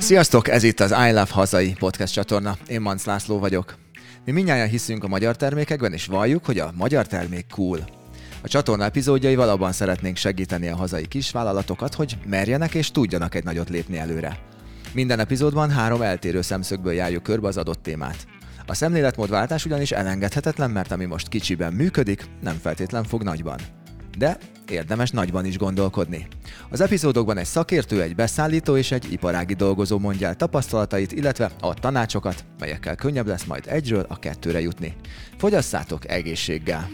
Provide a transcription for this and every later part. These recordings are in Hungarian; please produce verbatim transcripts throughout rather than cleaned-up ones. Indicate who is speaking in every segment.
Speaker 1: Sziasztok, ez itt az I Love Hazai podcast csatorna. Én Manc László vagyok. Mi mindnyájan hiszünk a magyar termékekben, és valljuk, hogy a magyar termék cool. A csatorna epizódjaival abban szeretnénk segíteni a hazai kisvállalatokat, hogy merjenek és tudjanak egy nagyot lépni előre. Minden epizódban három eltérő szemszögből járjuk körbe az adott témát. A szemléletmódváltás ugyanis elengedhetetlen, mert ami most kicsiben működik, nem feltétlen fog nagyban. De érdemes nagyban is gondolkodni. Az epizódokban egy szakértő, egy beszállító és egy iparági dolgozó mondja el tapasztalatait, illetve a tanácsokat, melyekkel könnyebb lesz majd egyről a kettőre jutni. Fogyasszátok egészséggel!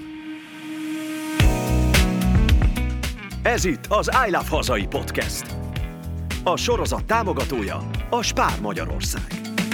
Speaker 2: Ez itt az I Love Hazai Podcast. A sorozat támogatója a Spár Magyarország.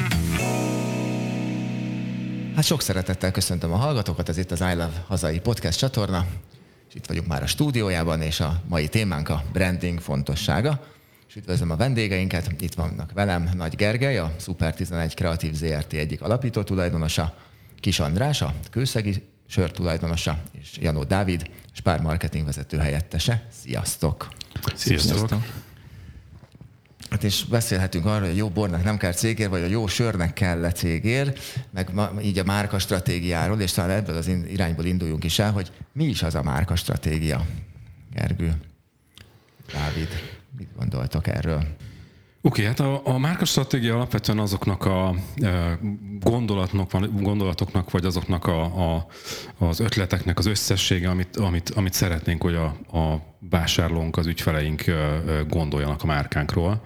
Speaker 1: Hát sok szeretettel köszöntöm a hallgatókat, ez itt az I Love Hazai Podcast csatorna. És itt vagyunk már a stúdiójában, és a mai témánk a branding fontossága. És üdvözlöm a vendégeinket, itt vannak velem Nagy Gergely, a Szuper tizenegy Kreatív zé er té egyik alapító tulajdonosa, Kis András, a Kőszegi Sör tulajdonosa, és Janó Dávid, Spár marketing vezető helyettese. Sziasztok!
Speaker 3: Sziasztok! Sziasztok.
Speaker 1: Hát és beszélhetünk arról, hogy a jó bornak nem kell cégér, vagy a jó sörnek kell le cégér, meg ma, így a márka stratégiáról, és talán ebből az irányból induljunk is el, hogy mi is az a márka stratégia. Gergő, Dávid, mit gondoltok erről?
Speaker 3: Oké, okay, hát a, a márka stratégia alapvetően azoknak a e, gondolatnak, gondolatoknak, vagy azoknak a, a, az ötleteknek az összessége, amit, amit, amit szeretnénk, hogy a, a vásárlónk, az ügyfeleink gondoljanak a márkánkról.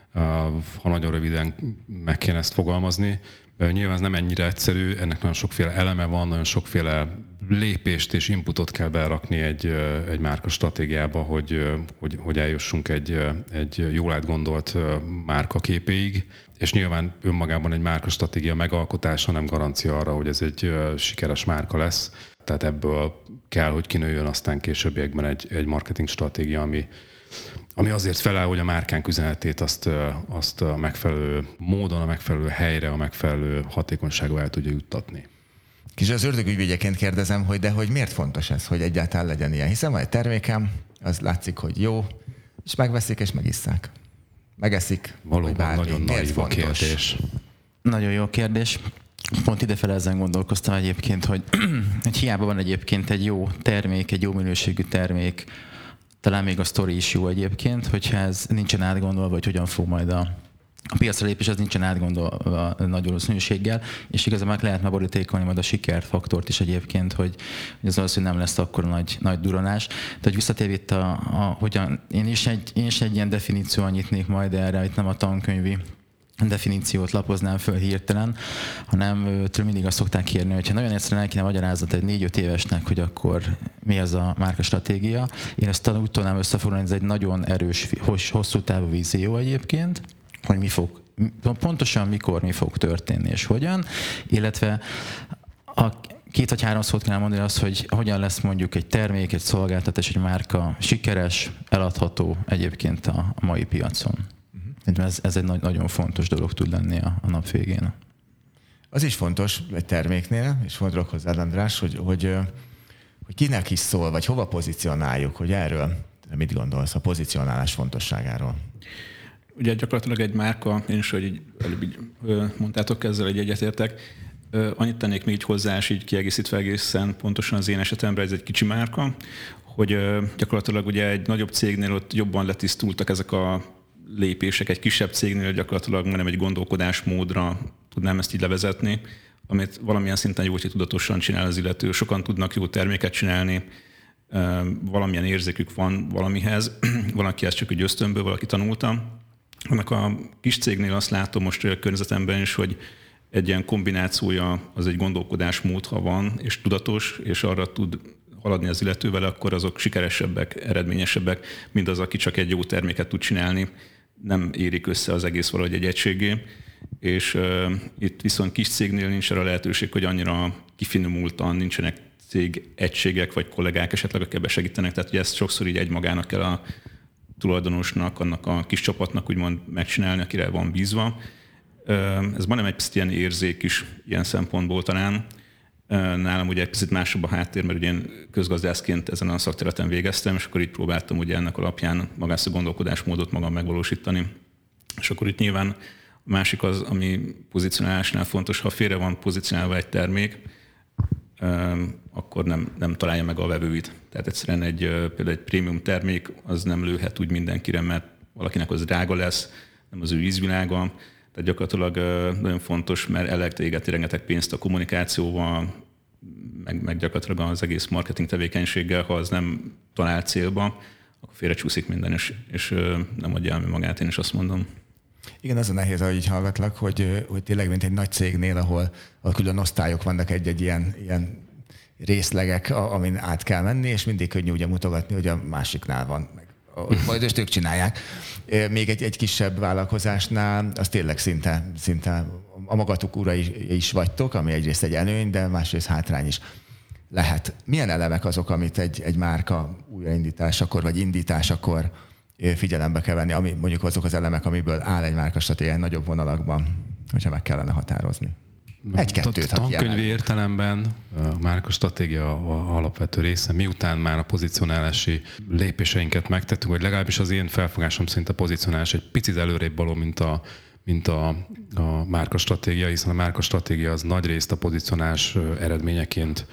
Speaker 3: Ha nagyon röviden meg kéne ezt fogalmazni. Nyilván ez nem ennyire egyszerű, ennek nagyon sokféle eleme van, nagyon sokféle lépést és inputot kell berakni egy, egy márka stratégiába, hogy, hogy, hogy eljussunk egy, egy jól átgondolt márka képéig. És nyilván önmagában egy márka stratégia megalkotása nem garancia arra, hogy ez egy sikeres márka lesz. Tehát ebből kell, hogy kinőjön aztán későbbiekben egy, egy marketing stratégia, ami, ami azért felel, hogy a márkánk üzenetét azt, azt a megfelelő módon, a megfelelő helyre, a megfelelő hatékonysággal el tudja juttatni.
Speaker 1: Kis az ördögügyvédjeként kérdezem, hogy de hogy miért fontos ez, hogy egyáltalán legyen ilyen? Hiszen van egy termékem, az látszik, hogy jó, és megveszik és megisszák. Megeszik.
Speaker 3: Valóban nagyon naív a kérdés.
Speaker 4: Nagyon jó kérdés. Pont idefele ezen gondolkoztam egyébként, hogy, hogy hiába van egyébként egy jó termék, egy jó minőségű termék, talán még a sztori is jó egyébként, hogyha ez nincsen átgondolva, hogy hogyan fog majd a, a piacra lépés, az nincsen átgondolva nagy valószínűséggel, és igazából meg lehetne borítékolni majd a sikerfaktort is egyébként, hogy, hogy az valószínűleg nem lesz akkor nagy, nagy duranás. Tehát, hogy visszatérve itt a, a hogyan, én is, egy, én is egy ilyen definícióval nyitnék majd erre, itt nem a tankönyvi definíciót lapoznám föl hirtelen, hanem tőle mindig azt szokták kérni, hogyha nagyon egyszerűen el kéne magyarázat egy négy-öt évesnek, hogy akkor mi az a márka stratégia. Én ezt úgy tudnám összefoglalni, ez egy nagyon erős, hosszú távú vízió egyébként, hogy mi fog, pontosan mikor mi fog történni és hogyan, illetve a két vagy három szót kell mondani az, hogy hogyan lesz mondjuk egy termék, egy szolgáltatás, egy márka sikeres, eladható egyébként a mai piacon. Ez, ez egy nagy, nagyon fontos dolog tud lenni a, a nap végén.
Speaker 1: Az is fontos egy terméknél, és fordulok hozzá, András, hogy, hogy, hogy kinek is szól, vagy hova pozícionáljuk, hogy erről mit gondolsz a pozícionálás fontosságáról?
Speaker 5: Ugye gyakorlatilag egy márka, én is, hogy így, előbb így mondtátok, ezzel egy egyetértek. Annyit tennék még így hozzá, és így kiegészítve egészen pontosan az én esetemben, ez egy kicsi márka, hogy gyakorlatilag ugye egy nagyobb cégnél ott jobban letisztultak ezek a lépések, egy kisebb cégnél gyakorlatilag majdnem egy gondolkodásmódra tudnám ezt így levezetni, amit valamilyen szinten jó, hogy tudatosan csinál az illető. Sokan tudnak jó terméket csinálni, valamilyen érzékük van valamihez, valaki ezt csak úgy ösztönből, valaki tanulta. Annak a kis cégnél azt látom most a környezetemben is, hogy egy ilyen kombinációja az egy gondolkodásmód, ha van, és tudatos, és arra tud haladni az illetővel, akkor azok sikeresebbek, eredményesebbek, mint az, aki csak egy jó terméket tud csinálni. Nem érik össze az egész valahogy egy egységé. És uh, itt viszont kis cégnél nincs arra lehetőség, hogy annyira kifinomultan nincsenek cég egységek, vagy kollégák esetleg, akik ebbe segítenek. Tehát ugye ezt sokszor így egymagának kell a tulajdonosnak, annak a kis csapatnak úgymond megcsinálni, akire van bízva. Ez majdnem egy picit ilyen érzék is ilyen szempontból talán. Nálam ugye egy picit másabb a háttér, mert ugye én közgazdászként ezen a szakterületen végeztem, és akkor így próbáltam ugye ennek alapján magát a gondolkodásmódot magam megvalósítani. És akkor itt nyilván Másik az, ami pozicionálásnál fontos, ha félre van pozicionálva egy termék, akkor nem, nem találja meg a vevőit. Tehát egyszerűen egy, például egy prémium termék az nem lőhet úgy mindenkire, mert valakinek az drága lesz, nem az ő ízvilága. Tehát gyakorlatilag nagyon fontos, mert elegt égeti rengeteg pénzt a kommunikációval, meg, meg gyakorlatilag az egész marketing tevékenységgel, ha az nem talál célba, akkor félrecsúszik minden, és, és nem adja el magát, én is azt mondom.
Speaker 1: Igen, az a nehéz, ahogy így hallgatlak, hogy, hogy tényleg mint egy nagy cégnél, ahol, ahol külön osztályok vannak egy-egy ilyen, ilyen részlegek, amin át kell menni, és mindig könnyű ugye mutogatni, hogy a másiknál van, meg majd ezt ők csinálják. Még egy, egy kisebb vállalkozásnál az tényleg szinte, szinte a magatok urai is vagytok, ami egyrészt egy előny, de másrészt hátrány is lehet. Milyen elemek azok, amit egy, egy márka újraindításakor, vagy indításakor figyelembe kell venni, ami mondjuk azok az elemek, amiből áll egy márkastratégia nagyobb vonalakban, hogyha meg kellene határozni? Egy-kettőt, ha
Speaker 3: tankönyvi értelemben a márkastratégia alapvető része, miután már a pozicionálási lépéseinket megtettünk, vagy legalábbis az én felfogásom szerint a pozicionálás egy picit előrébb való, mint a, mint a, a márkastratégia, hiszen a márkastratégia az nagyrészt a pozicionálás eredményeként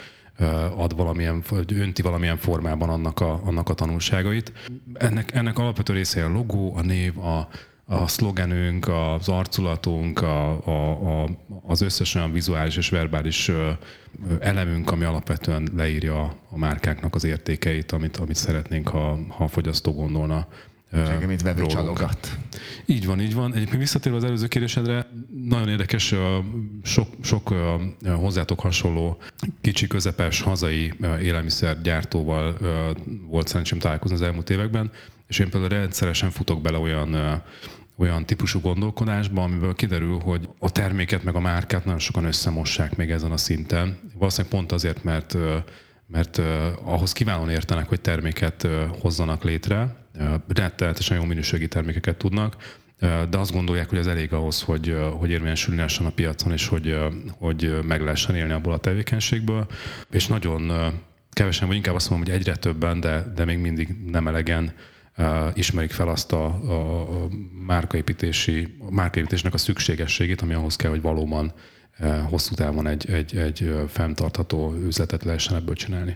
Speaker 3: ad valamilyen, vagy önti valamilyen formában annak a, annak a tanulságait. Ennek, ennek alapvető része a logó, a név, a, a szlogenünk, az arculatunk, a, a, a, az összes olyan vizuális és verbális elemünk, ami alapvetően leírja a márkáknak az értékeit, amit, amit szeretnénk, ha, ha a fogyasztó gondolna.
Speaker 1: Csak, mint vevő csalogat.
Speaker 3: Így van, így van. Egyébként visszatérve az előző kérdésedre, nagyon érdekes, sok, sok hozzátok hasonló kicsi, közepes, hazai élelmiszergyártóval volt szerencsém találkozni az elmúlt években, és én például rendszeresen futok bele olyan, olyan típusú gondolkodásba, amiből kiderül, hogy a terméket meg a márkát nagyon sokan összemossák még ezen a szinten. Valószínűleg pont azért, mert, mert ahhoz kiválóan értenek, hogy terméket hozzanak létre, rettenetesen jó minőségi termékeket tudnak, de azt gondolják, hogy ez elég ahhoz, hogy, hogy érvényesülni lehessen a piacon, és hogy, hogy meg lehessen élni abból a tevékenységből. És nagyon kevesen, vagy inkább azt mondom, hogy egyre többen, de, de még mindig nem elegen ismerik fel azt a, a márkaépítési, a márkaépítésnek a szükségességét, ami ahhoz kell, hogy valóban hosszú távon egy, egy, egy fenntartható üzletet lehessen ebből csinálni.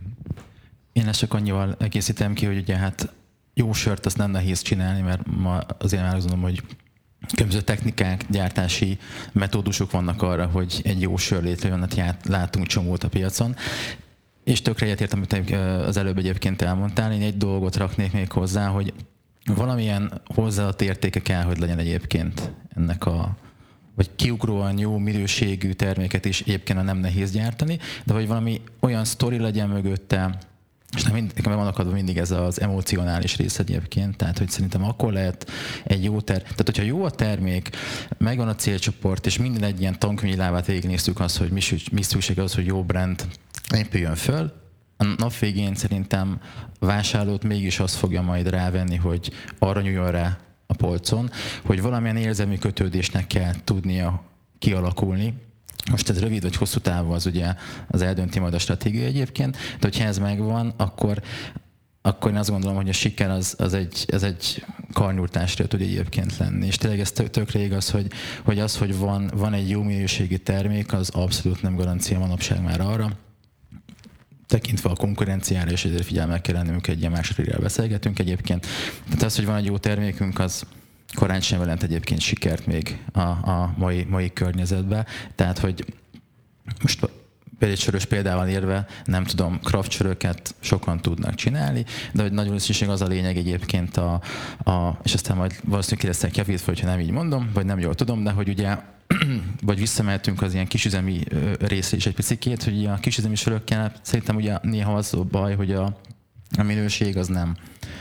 Speaker 4: Én ezt csak annyival egészítem ki, hogy ugye hát jó sört azt nem nehéz csinálni, mert ma azért már azt mondom, hogy különböző technikák, gyártási metódusok vannak arra, hogy egy jó sör létrejön, hát látunk csomót a piacon. És tökre egyetértem, amit az előbb egyébként elmondtál. Én egy dolgot raknék még hozzá, hogy valamilyen hozzáadott értéke kell, hogy legyen egyébként ennek a, vagy kiugróan jó minőségű terméket is egyébként nem nehéz gyártani, de hogy valami olyan sztori legyen mögötte, és nem mind, nekem van akadva mindig ez az emocionális rész egyébként, tehát hogy szerintem akkor lehet egy jó termék, tehát hogyha jó a termék, megvan a célcsoport, és minden egy ilyen tankönyvi lábát végignéztük azt, hogy mi, mi szükség az, hogy jó brand épüljön föl, a nap végén szerintem a vásárlót mégis azt fogja majd rávenni, hogy arra nyúljon rá a polcon, hogy valamilyen érzelmi kötődésnek kell tudnia kialakulni. Most ez rövid vagy hosszú távú, az ugye az eldönti majd a stratégia egyébként, de hogyha ez megvan, akkor, akkor én azt gondolom, hogy a siker az, az egy, ez egy karnyújtásra tud egyébként lenni. És tényleg ez tökre igaz, hogy, hogy az, hogy van, van egy jó minőségű termék, az abszolút nem garancia manapság már arra, tekintve a konkurenciára, és ezért figyelemmel kell lennünk, egy ilyen másodikről beszélgetünk egyébként. Tehát az, hogy van egy jó termékünk, az korán sem jelent egyébként sikert még a, a mai, mai környezetben. Tehát, hogy most például egy sörös példával érve, nem tudom, craft söröket sokan tudnak csinálni, de hogy nagyon szükség az a lényeg egyébként, a, a, és aztán majd valószínűleg kérdeztek javítva, hogyha nem így mondom, vagy nem jól tudom, de hogy ugye vagy visszamehetünk az ilyen kisüzemi részre is egy picikét, hogy a kisüzemi sörökkel szerintem ugye néha az a baj, hogy a, a minőség az nem,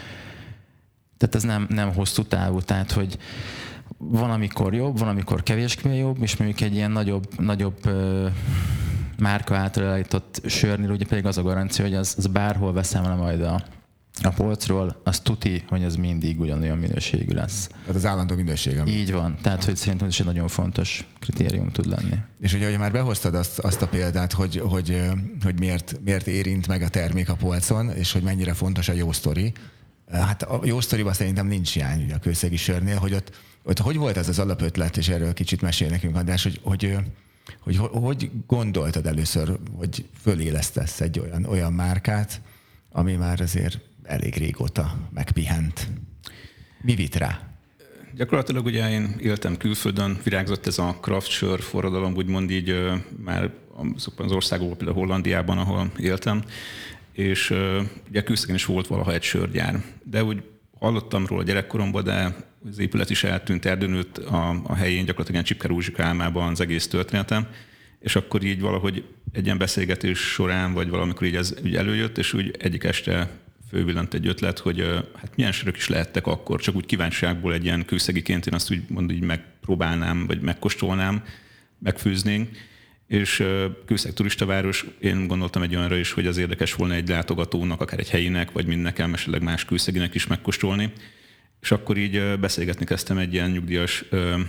Speaker 4: tehát ez nem, nem hosszú távú, tehát hogy van, amikor jobb, van, amikor kevésbé jobb, és mondjuk egy ilyen nagyobb, nagyobb ö, márka által állított sörnél ugye pedig az a garancia, hogy az, az bárhol veszem le majd a, a polcról, az tuti, hogy ez mindig ugyanolyan minőségű lesz.
Speaker 1: Tehát az állandó minőség. Ami...
Speaker 4: Így van, tehát hogy szerintem ez egy nagyon fontos kritérium tud lenni.
Speaker 1: És ugye, hogy már behoztad azt, azt a példát, hogy, hogy, hogy miért, miért érint meg a termék a polcon, és hogy mennyire fontos a jó sztori, Hát a jó sztoriban szerintem nincs hiány ugye a kőszegi sörnél, hogy ott, ott hogy volt ez az alapötlet, és erről kicsit mesél nekünk, András, hogy, hogy, hogy, hogy, hogy gondoltad először, hogy fölélesztesz egy olyan, olyan márkát, ami már azért elég régóta megpihent. Mi vitt rá?
Speaker 5: Gyakorlatilag ugye én éltem külföldön, virágzott ez a craft sör forradalom, úgymond így már azokban az országokban, például Hollandiában, ahol éltem, és ugye Kőszegen is volt valaha egy sörgyár. De úgy hallottam róla gyerekkoromban, de az épület is eltűnt, erdőnőtt a, a helyén, gyakorlatilag ilyen Csipke Rózsika álmában az egész történetem, és akkor így valahogy egy ilyen beszélgetés során, vagy valamikor így ez úgy előjött, és úgy egyik este fölvillant egy ötlet, hogy hát milyen sörök is lehettek akkor, csak úgy kíváncsiságból egy ilyen kőszegiként én azt úgy mondom, hogy megpróbálnám, vagy megkóstolnám, megfőznénk, és Kőszeg turistaváros, én gondoltam egy olyanra is, hogy az érdekes volna egy látogatónak, akár egy helyinek, vagy mind nekem, esetleg más kőszeginek is megkóstolni. És akkor így beszélgetni kezdtem egy ilyen nyugdíjas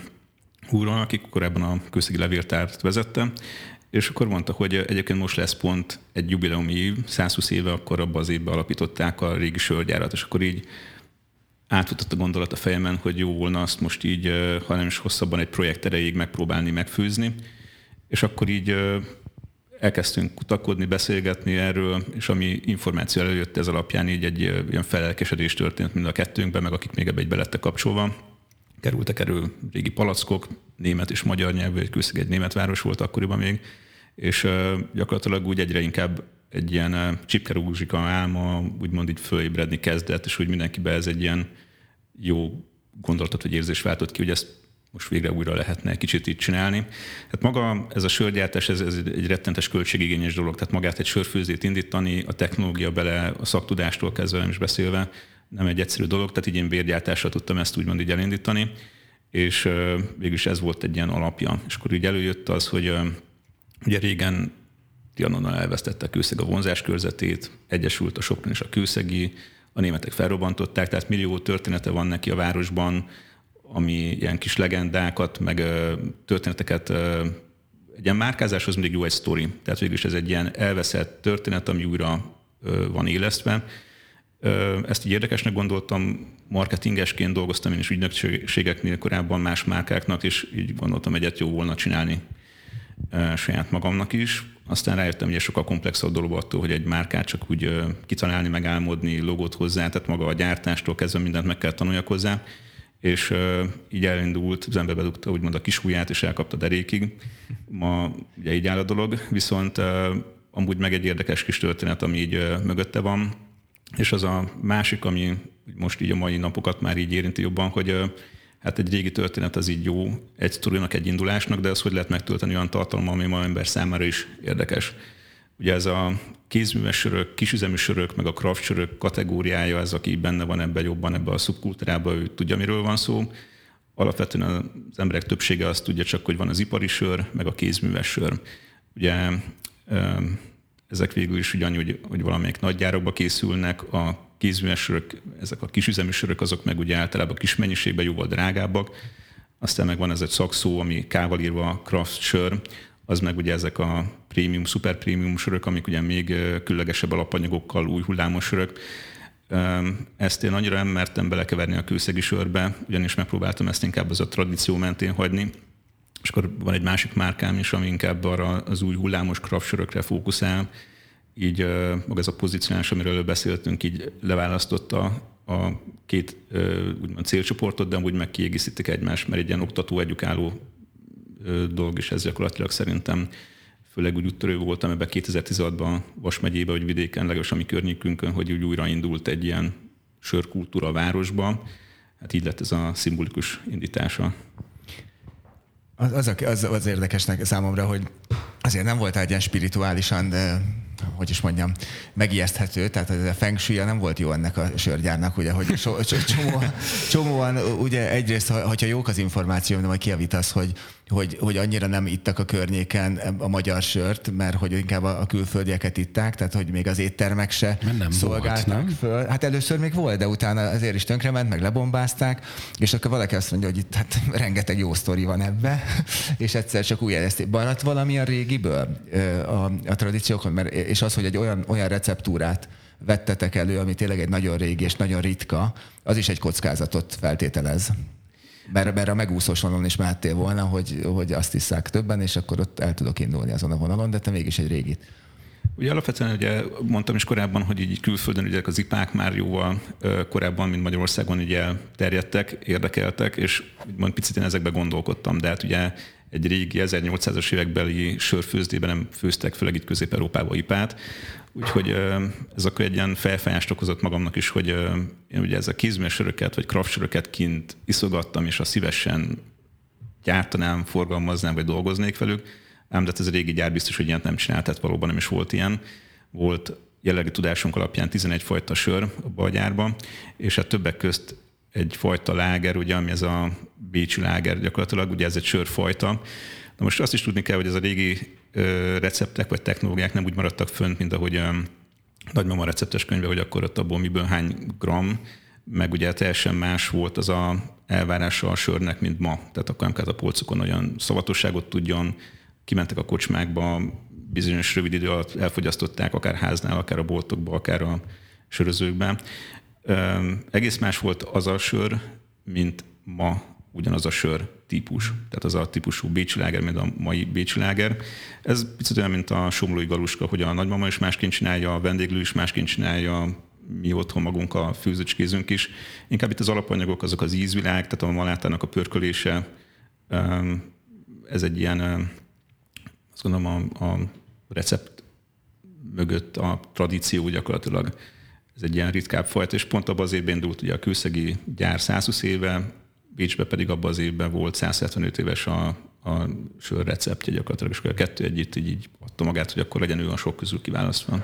Speaker 5: úrral, aki korábban a kőszegi levéltárt vezette, és akkor mondta, hogy egyébként most lesz pont egy jubileumi év, százhúsz éve, akkor abban az évben alapították a régi sörgyárat, és akkor így átfutott a gondolat a fejemen, hogy jó volna azt most így, ha nem is hosszabban egy projekt erejéig megpróbálni, megfőzni. És akkor így elkezdtünk kutakodni, beszélgetni erről, és ami információ előjött ez alapján, így egy ilyen felelkesedés történt mind a kettőnkben, meg akik még ebbe egy belettek kapcsolva. Kerültek elő régi palackok, német és magyar nyelvű, egy Kőszeg egy német város volt akkoriban még, és gyakorlatilag úgy egyre inkább egy ilyen Csipke Rózsika álma úgymond így fölébredni kezdett, és úgy mindenkiben ez egy ilyen jó gondolatot vagy érzés váltott ki, hogy ezt most végre újra lehetne egy kicsit így csinálni. Hát maga ez a sörgyártás, ez, ez egy rettentes költségigényes dolog, tehát magát egy sörfőzét indítani, a technológia bele, a szaktudástól kezdve nem is beszélve, nem egy egyszerű dolog, tehát így én bérgyártással tudtam ezt úgymond így elindítani, és uh, végülis ez volt egy ilyen alapja. És akkor így előjött az, hogy uh, ugye régen Trianonnal elvesztette a Kőszeg a vonzás körzetét, egyesült a Sopron és a kőszegi, a németek felrobbantották, tehát millió története van neki a városban, ami ilyen kis legendákat, meg uh, történeteket, uh, egy ilyen márkázáshoz mindig jó egy sztori. Tehát végülis ez egy ilyen elveszett történet, ami újra uh, van élesztve. Ezt így érdekesnek gondoltam, marketingesként dolgoztam én is ügynökségeknél korábban más márkáknak, és így gondoltam, egyet jó volna csinálni saját magamnak is. Aztán rájöttem, hogy sokkal komplexabb dolog attól, hogy egy márkát csak úgy kitalálni, megálmodni, logót hozzá, tehát maga a gyártástól kezdve mindent meg kell tanuljak hozzá, és így elindult, az ember bedugta úgymond a kis ujját, és elkapta derékig. Ma ugye így áll a dolog, viszont amúgy meg egy érdekes kis történet, ami így mögötte van, és az a másik, ami most így a mai napokat már így érinti jobban, hogy hát egy régi történet az így jó, egy sztorinak, egy indulásnak, de az hogy lehet megtölteni olyan tartalommal, ami ma ember számára is érdekes. Ugye ez a kézműves sörök, kisüzemű sörök, meg a craft sörök kategóriája, ez aki benne van ebben jobban, ebben a szubkultúrában, ő tudja, miről van szó. Alapvetően az emberek többsége azt tudja csak, hogy van az ipari sör, meg a kézműves sör. Ugye ezek végül is ugyanúgy, hogy, hogy valamelyik nagy gyárokba készülnek, a kézműves sörök, ezek a kisüzemű sörök, azok meg ugye általában kis mennyiségben jóval drágábbak. Aztán meg van ez egy szakszó, ami K-val írva craft sör, az meg ugye ezek a prémium, szuper prémium sörök, amik ugye még különlegesebb alapanyagokkal, új hullámos sörök. Ezt én annyira nem mertem belekeverni a kőszegi sörbe, ugyanis megpróbáltam ezt inkább az a tradíció mentén hagyni. És akkor van egy másik márkám is, ami inkább arra az új hullámos craft sörökre fókuszál. Így maga ez a pozícionálás, amiről beszéltünk, így leválasztotta a két úgymond célcsoportot, de amúgy meg kiegészítik egymást, mert egy ilyen oktató együkálló dolog is ez gyakorlatilag szerintem. Főleg úgy úttörő voltam ebben kétezer-tizenhatban Vas megyében, hogy vidéken, legalábbis a mi környékünkön, hogy úgy újraindult egy ilyen sörkultúra a városba. Hát így lett ez a szimbolikus indítása.
Speaker 1: Az, az, az, az érdekesnek számomra, hogy azért nem voltál egy ilyen spirituálisan, de, hogy is mondjam, megijeszthető, tehát a feng shui nem volt jó ennek a sörgyárnak, ugye, hogy so, so, csomóan, csomóan, ugye egyrészt, hogyha jók az információim, de majd kijavítasz, hogy, hogy, hogy annyira nem ittak a környéken a magyar sört, mert hogy inkább a külföldieket itták, tehát hogy még az éttermek se
Speaker 3: nem
Speaker 1: szolgáltak
Speaker 3: volt, nem?
Speaker 1: föl. Hát először még volt, de utána azért is tönkrement, meg lebombázták, és akkor valaki azt mondja, hogy itt hát rengeteg jó sztori van ebbe, és egyszer csak új jelezték. Maradt valami a régiből a, a tradíciókon, mert, és az, hogy egy olyan, olyan receptúrát vettetek elő, ami tényleg egy nagyon régi és nagyon ritka, az is egy kockázatot feltételez. Mert, mert a megúszós vonalon is mehettél volna, hogy, hogy azt hiszák többen, és akkor ott el tudok indulni azon a vonalon, de te mégis egy régit.
Speaker 5: Ugye alapvetően ugye mondtam is korábban, hogy így külföldön ugye az ipák már jóval korábban, mint Magyarországon ugye terjedtek, érdekeltek, és úgymond picit én ezekbe gondolkodtam, de hát ugye egy régi ezernyolcszázas évekbeli sörfőzdében nem főztek, főleg itt Közép-Európában ipát. Úgyhogy ez akkor egy ilyen felfájást okozott magamnak is, hogy én ugye ez a kézműves söröket, vagy craft söröket kint iszogattam, és a szívesen gyártanám, forgalmaznám, vagy dolgoznék velük. Ám de ez a régi gyár biztos, hogy ilyet nem csinált, tehát valóban nem is volt ilyen. Volt jelenlegi tudásunk alapján tizenegy fajta sör abba a gyárba, és hát többek közt egyfajta láger, ugye, ami ez a bécsi láger gyakorlatilag, ugye ez egy sörfajta. Na most azt is tudni kell, hogy ez a régi ö, receptek vagy technológiák nem úgy maradtak fönt, mint ahogy ö, nagymama receptes könyve, hogy akkor ott abból miből hány gram, meg ugye teljesen más volt az a elvárása a sörnek, mint ma. Tehát akkor nem kellett a polcokon olyan szavatosságot tudjon, kimentek a kocsmákba, bizonyos rövid idő alatt elfogyasztották, akár háznál, akár a boltokba, akár a sörözőkben. Üm, egész más volt az a sör, mint ma ugyanaz a sör típus. Tehát az a típusú bécsi láger, mint a mai bécsi láger. Ez picit olyan, mint a somlói galuska, hogy a nagymama is másként csinálja, a vendéglő is másként csinálja, mi otthon magunk a főzőcskézünk is. Inkább itt az alapanyagok, azok az ízvilág, tehát a malátának a pörkölése. Üm, ez egy ilyen... Azt gondolom a, a recept mögött a tradíció gyakorlatilag ez egy ilyen ritkább fajta, és pont abban az évben indult ugye a kőszegi gyár százhúsz éve, Bécsben pedig abban az évben volt száz hetvenöt éves a, a sör receptje gyakorlatilag, és a kettő együtt így, így adta magát, hogy akkor legyen ő a sok közül kiválasztva.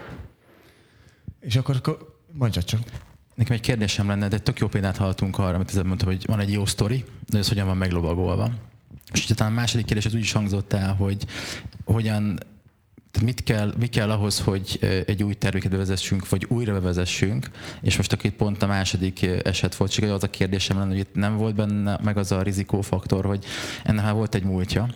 Speaker 1: És akkor, akkor mondjad csak.
Speaker 4: Nekem egy kérdésem lenne, de egy tök jó példát hallottunk arra, amit ezzel mondtam, hogy van egy jó sztori, de ez hogyan van meglovagolva. És talán a második kérdés az úgy is hangzott el, hogy hogyan, mit kell, mi kell ahhoz, hogy egy új terméket bevezessünk, vagy újra bevezessünk, és most akkor itt pont a második eset volt, csak az a kérdésem lenne, hogy itt nem volt benne meg az a rizikófaktor, hogy ennek már volt egy múltja.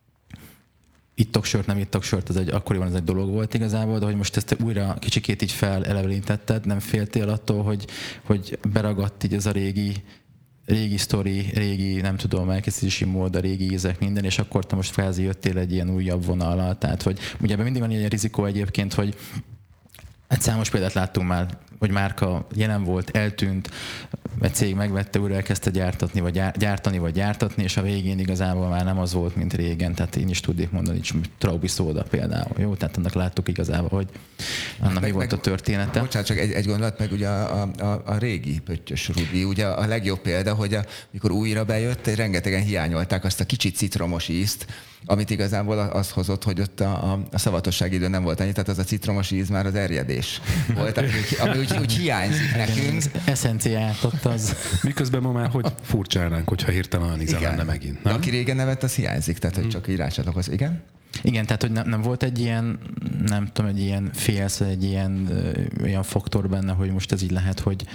Speaker 4: Ittok sört, nem ittok sört, ez egy, akkoriban ez egy dolog volt igazából, de hogy most ezt újra kicsikét így felelevenítetted, nem féltél attól, hogy, hogy beragadt így az a régi régi sztori, régi, nem tudom, elkészítési mód, a régi ízek, minden, és akkor te most kvázi jöttél egy ilyen újabb vonallal. Tehát, hogy ugye ebben mindig van ilyen rizikó egyébként, hogy egy számos példát láttunk már, hogy márka jelen volt, eltűnt, egy cég megvette, újra elkezdte gyártatni, vagy gyártani, vagy gyártatni, és a végén igazából már nem az volt, mint régen. Tehát én is tudnék mondani, hogy Traubi szóda például. Jó, tehát annak láttuk igazából, hogy annak meg, mi volt meg, a története.
Speaker 1: Bocsánat, csak egy, egy gondolat, meg ugye a, a, a régi pöttyös Rudi, ugye a legjobb példa, hogy a, mikor újra bejött, rengetegen hiányolták azt a kicsit citromos ízt, amit igazából az hozott, hogy ott a, a, a szavatosság idő nem volt annyi, tehát az a citromos íz már az erjedés volt, ami, ami úgy, úgy hiányzik nekünk.
Speaker 4: Eszenciát ott az.
Speaker 3: Miközben ma már hogy furcsálnánk, hogyha hirtelen olyan íze lenne megint.
Speaker 1: Nem? De aki régen nevet, az hiányzik, tehát hogy csak így rácsatlakoz. Igen?
Speaker 4: Igen, tehát hogy nem, nem volt egy ilyen, nem tudom, egy ilyen félsz, egy ilyen olyan faktor benne, hogy most ez így lehet, hogy,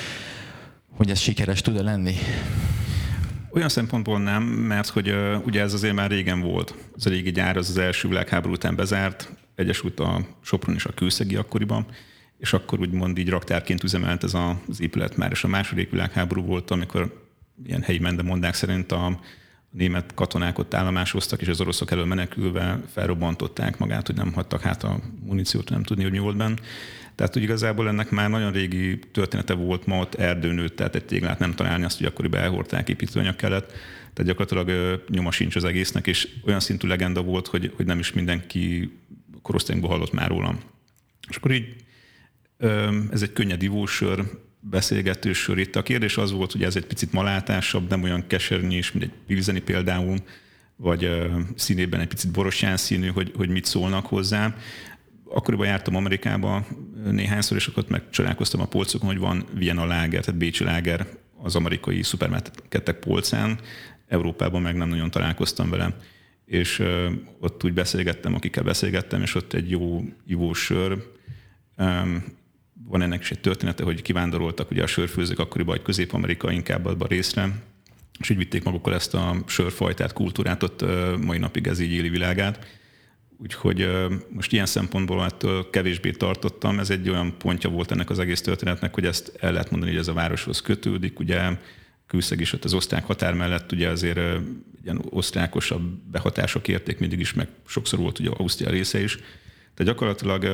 Speaker 4: hogy ez sikeres tud-e lenni?
Speaker 5: Olyan szempontból nem, mert hogy uh, ugye ez azért már régen volt. Ez a régi gyár az az első világháború után bezárt, egyesült a Sopron és a Kőszegi akkoriban, és akkor úgymond így raktárként üzemelt ez a, az épület már. És a második világháború volt, amikor ilyen helyi mendemondák szerint a német katonák ott állomásoztak, és az oroszok elől menekülve felrobbantották magát, hogy nem hagytak hát a muníciót, nem tudni, hogy mi volt benne. Tehát hogy igazából ennek már nagyon régi története volt, ma ott erdő nőtt, tehát egy téglát nem találni, azt, hogy akkoriban elhordták, építőanyag kellett. Tehát gyakorlatilag ö, nyoma sincs az egésznek, és olyan szintű legenda volt, hogy, hogy nem is mindenki korosztályunkban hallott már róla. És akkor így ö, ez egy könnyed ivósör, beszélgetősör. Itt a kérdés az volt, hogy ez egy picit malátásabb, nem olyan kesernyés is, mint egy pilzeni például, vagy ö, színében egy picit borostyán színű, hogy, hogy mit szólnak hozzá. Akkoriban jártam Amerikába néhányszor, és akkor megcsalálkoztam a polcokon, hogy van Vienna Lager, tehát bécsi láger az amerikai szupermarketek polcán. Európában meg nem nagyon találkoztam vele. És uh, ott úgy beszélgettem, akikkel beszélgettem, és ott egy jó ivós sör. Um, van ennek is egy története, hogy kivándoroltak ugye a sörfőzők akkoriban, vagy Közép-Amerika inkább abban a részre, és úgy vitték magukkal ezt a sörfajtát, kultúrát, ott uh, mai napig ez így éli világát. Úgyhogy most ilyen szempontból ettől kevésbé tartottam. Ez egy olyan pontja volt ennek az egész történetnek, hogy ezt el lehet mondani, hogy ez a városhoz kötődik. Ugye Kőszeg is ott az osztrák határ mellett ugye azért ilyen osztrákosabb behatások érték mindig is, meg sokszor volt ugye Ausztria része is. De gyakorlatilag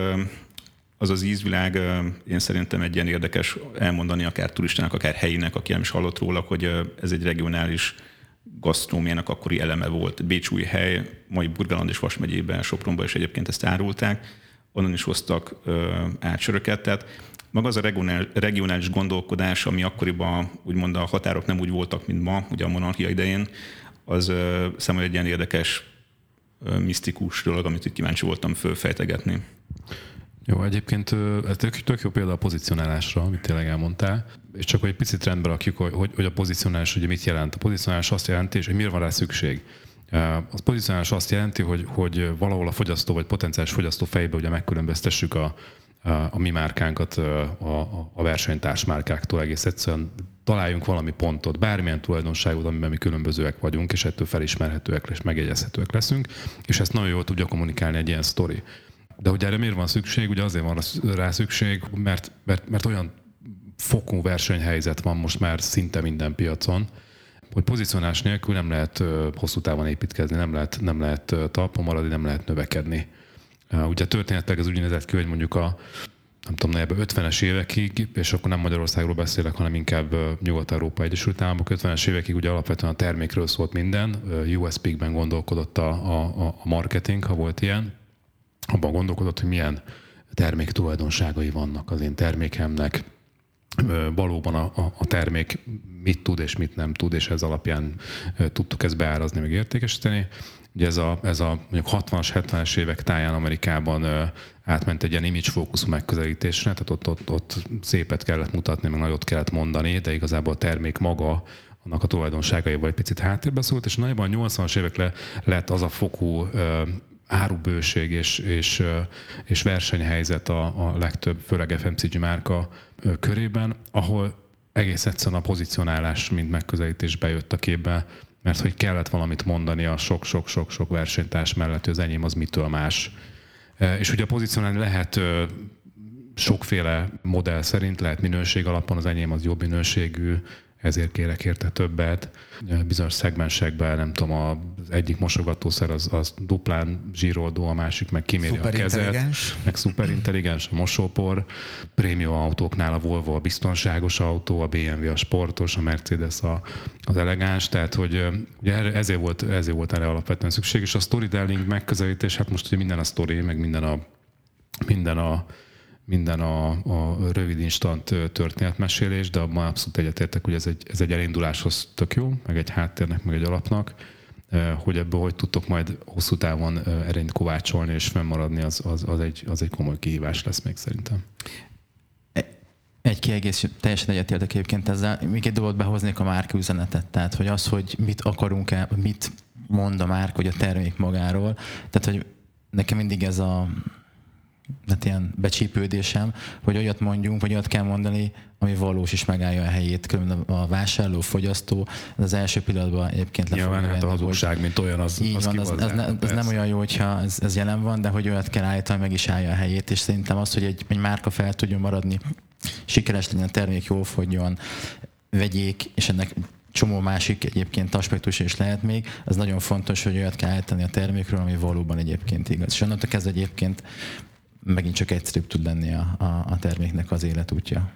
Speaker 5: az az ízvilág én szerintem egy ilyen érdekes elmondani akár turistának, akár helyinek, aki nem is hallott róla, hogy ez egy regionális gasztronómiának akkori eleme volt. Bécsújhely, mai Burgenland és Vas megyében, Sopronban is egyébként ezt árulták, onnan is hoztak átsöröket. Tehát maga az a regionális gondolkodás, ami akkoriban úgymond a határok nem úgy voltak, mint ma, ugye a monarchia idején, az számomra egy ilyen érdekes, misztikus dolog, amit itt kíváncsi voltam fölfejtegetni.
Speaker 3: Jó, egyébként ez tök, tök jó példa a pozicionálásra, amit tényleg elmondtál, és csak hogy egy picit rendbe rakjuk, hogy, hogy a pozicionálás ugye mit jelent. A pozicionálás azt jelenti, és hogy miért van rá szükség. A pozicionálás azt jelenti, hogy, hogy valahol a fogyasztó vagy potenciális fogyasztó fejbe ugye megkülönböztessük a, a, a mi márkánkat a, a, a versenytárs márkáktól, egész egyszerűen találjunk valami pontot, bármilyen tulajdonságot, amiben mi különbözőek vagyunk, és ettől felismerhetőek és megjegyezhetőek leszünk, és ezt nagyon jól tudja kommunikálni egy ilyen sztori. De hogy erre miért van szükség? Ugye azért van rá szükség, mert, mert, mert olyan fokú versenyhelyzet van most már szinte minden piacon, hogy pozicionálás nélkül nem lehet hosszú távon építkezni, nem lehet, nem lehet talpon maradni, nem lehet növekedni. Ugye történetileg ez úgy nézett ki, hogy mondjuk a nem tudom, ebben ötvenes évekig, és akkor nem Magyarországról beszélek, hanem inkább Nyugat-Európa, Egyesült Államok ötvenes évekig ugye alapvetően a termékről szólt minden, u es pé-ben gondolkodott a, a, a marketing, ha volt ilyen, abban gondolkodott, hogy milyen termék tulajdonságai vannak az én termékemnek, valóban a, a, a termék mit tud és mit nem tud, és ez alapján tudtuk ezt beárazni, meg értékesíteni. Ugye ez a, ez a mondjuk hatvanas, hetvenes évek táján Amerikában átment egy ilyen image-fókuszú megközelítésre, tehát ott, ott, ott szépet kellett mutatni, meg nagyot kellett mondani, de igazából a termék maga, annak a tulajdonságaival egy picit háttérbe szólt, és nagyban a nyolcvanas évekre lett az a fokú árubőség és, és, és versenyhelyzet a, a legtöbb, főleg ef em cé gé márka körében, ahol egész egyszerűen a pozicionálás mint megközelítés bejött a képbe, mert hogy kellett valamit mondani a sok-sok-sok-sok versenytárs mellett, hogy az enyém az mitől más. És ugye a pozicionálni lehet sokféle modell szerint, lehet minőség alapon, az enyém az jobb minőségű, ezért kérek érte többet. Bizonyos szegmensekben, nem tudom, az egyik mosogatószer az, az duplán zsíroldó, a másik meg kiméri a kezet. Meg szuperintelligens a mosópor. Prémium autóknál a Volvo a biztonságos autó, a bé em vé a sportos, a Mercedes a, az elegáns, tehát hogy ugye ezért volt, ezért volt erre alapvetően szükség, és a storytelling megközelítés, hát most ugye minden a story, meg minden a minden a minden a, a rövid instant történetmesélés, de abban abszolút egyetértek, hogy ez egy, ez egy elinduláshoz tök jó, meg egy háttérnek, meg egy alapnak, hogy ebből hogy tudtok majd hosszú távon erényt kovácsolni és fennmaradni, az, az, az, egy, az egy komoly kihívás lesz még szerintem.
Speaker 4: Egy kiegészítés, teljesen egyetértek egyébként ezzel. Még egy dolgot behoznék a márka üzenetet, tehát hogy az, hogy mit akarunk-e, mit mond a márka, hogy a termék magáról. Tehát, hogy nekem mindig ez a hát ilyen becsípődésem, hogy olyat mondjunk, vagy olyat kell mondani, ami valós is megállja a helyét. Különben a vásárló, fogyasztó, ez az első pillanatban egyébként le
Speaker 3: fog
Speaker 4: venni.
Speaker 3: Hát a hazugság, mint olyan, az,
Speaker 4: így
Speaker 3: az
Speaker 4: van, az, az, ne, az nem olyan jó, hogyha ez, ez jelen van, de hogy olyat kell állítani, meg is állja a helyét, és szerintem az, hogy egy, egy márka fel tudjon maradni, sikeres legyen a termék, jól fogjon, vegyék, és ennek csomó másik egyébként aspektus is lehet még, az nagyon fontos, hogy olyat kell állítani a termékről, ami valóban egyébként igaz. És onnantól kezdve egyébként megint csak egyszerűbb tud lenni a, a, a terméknek az életútja.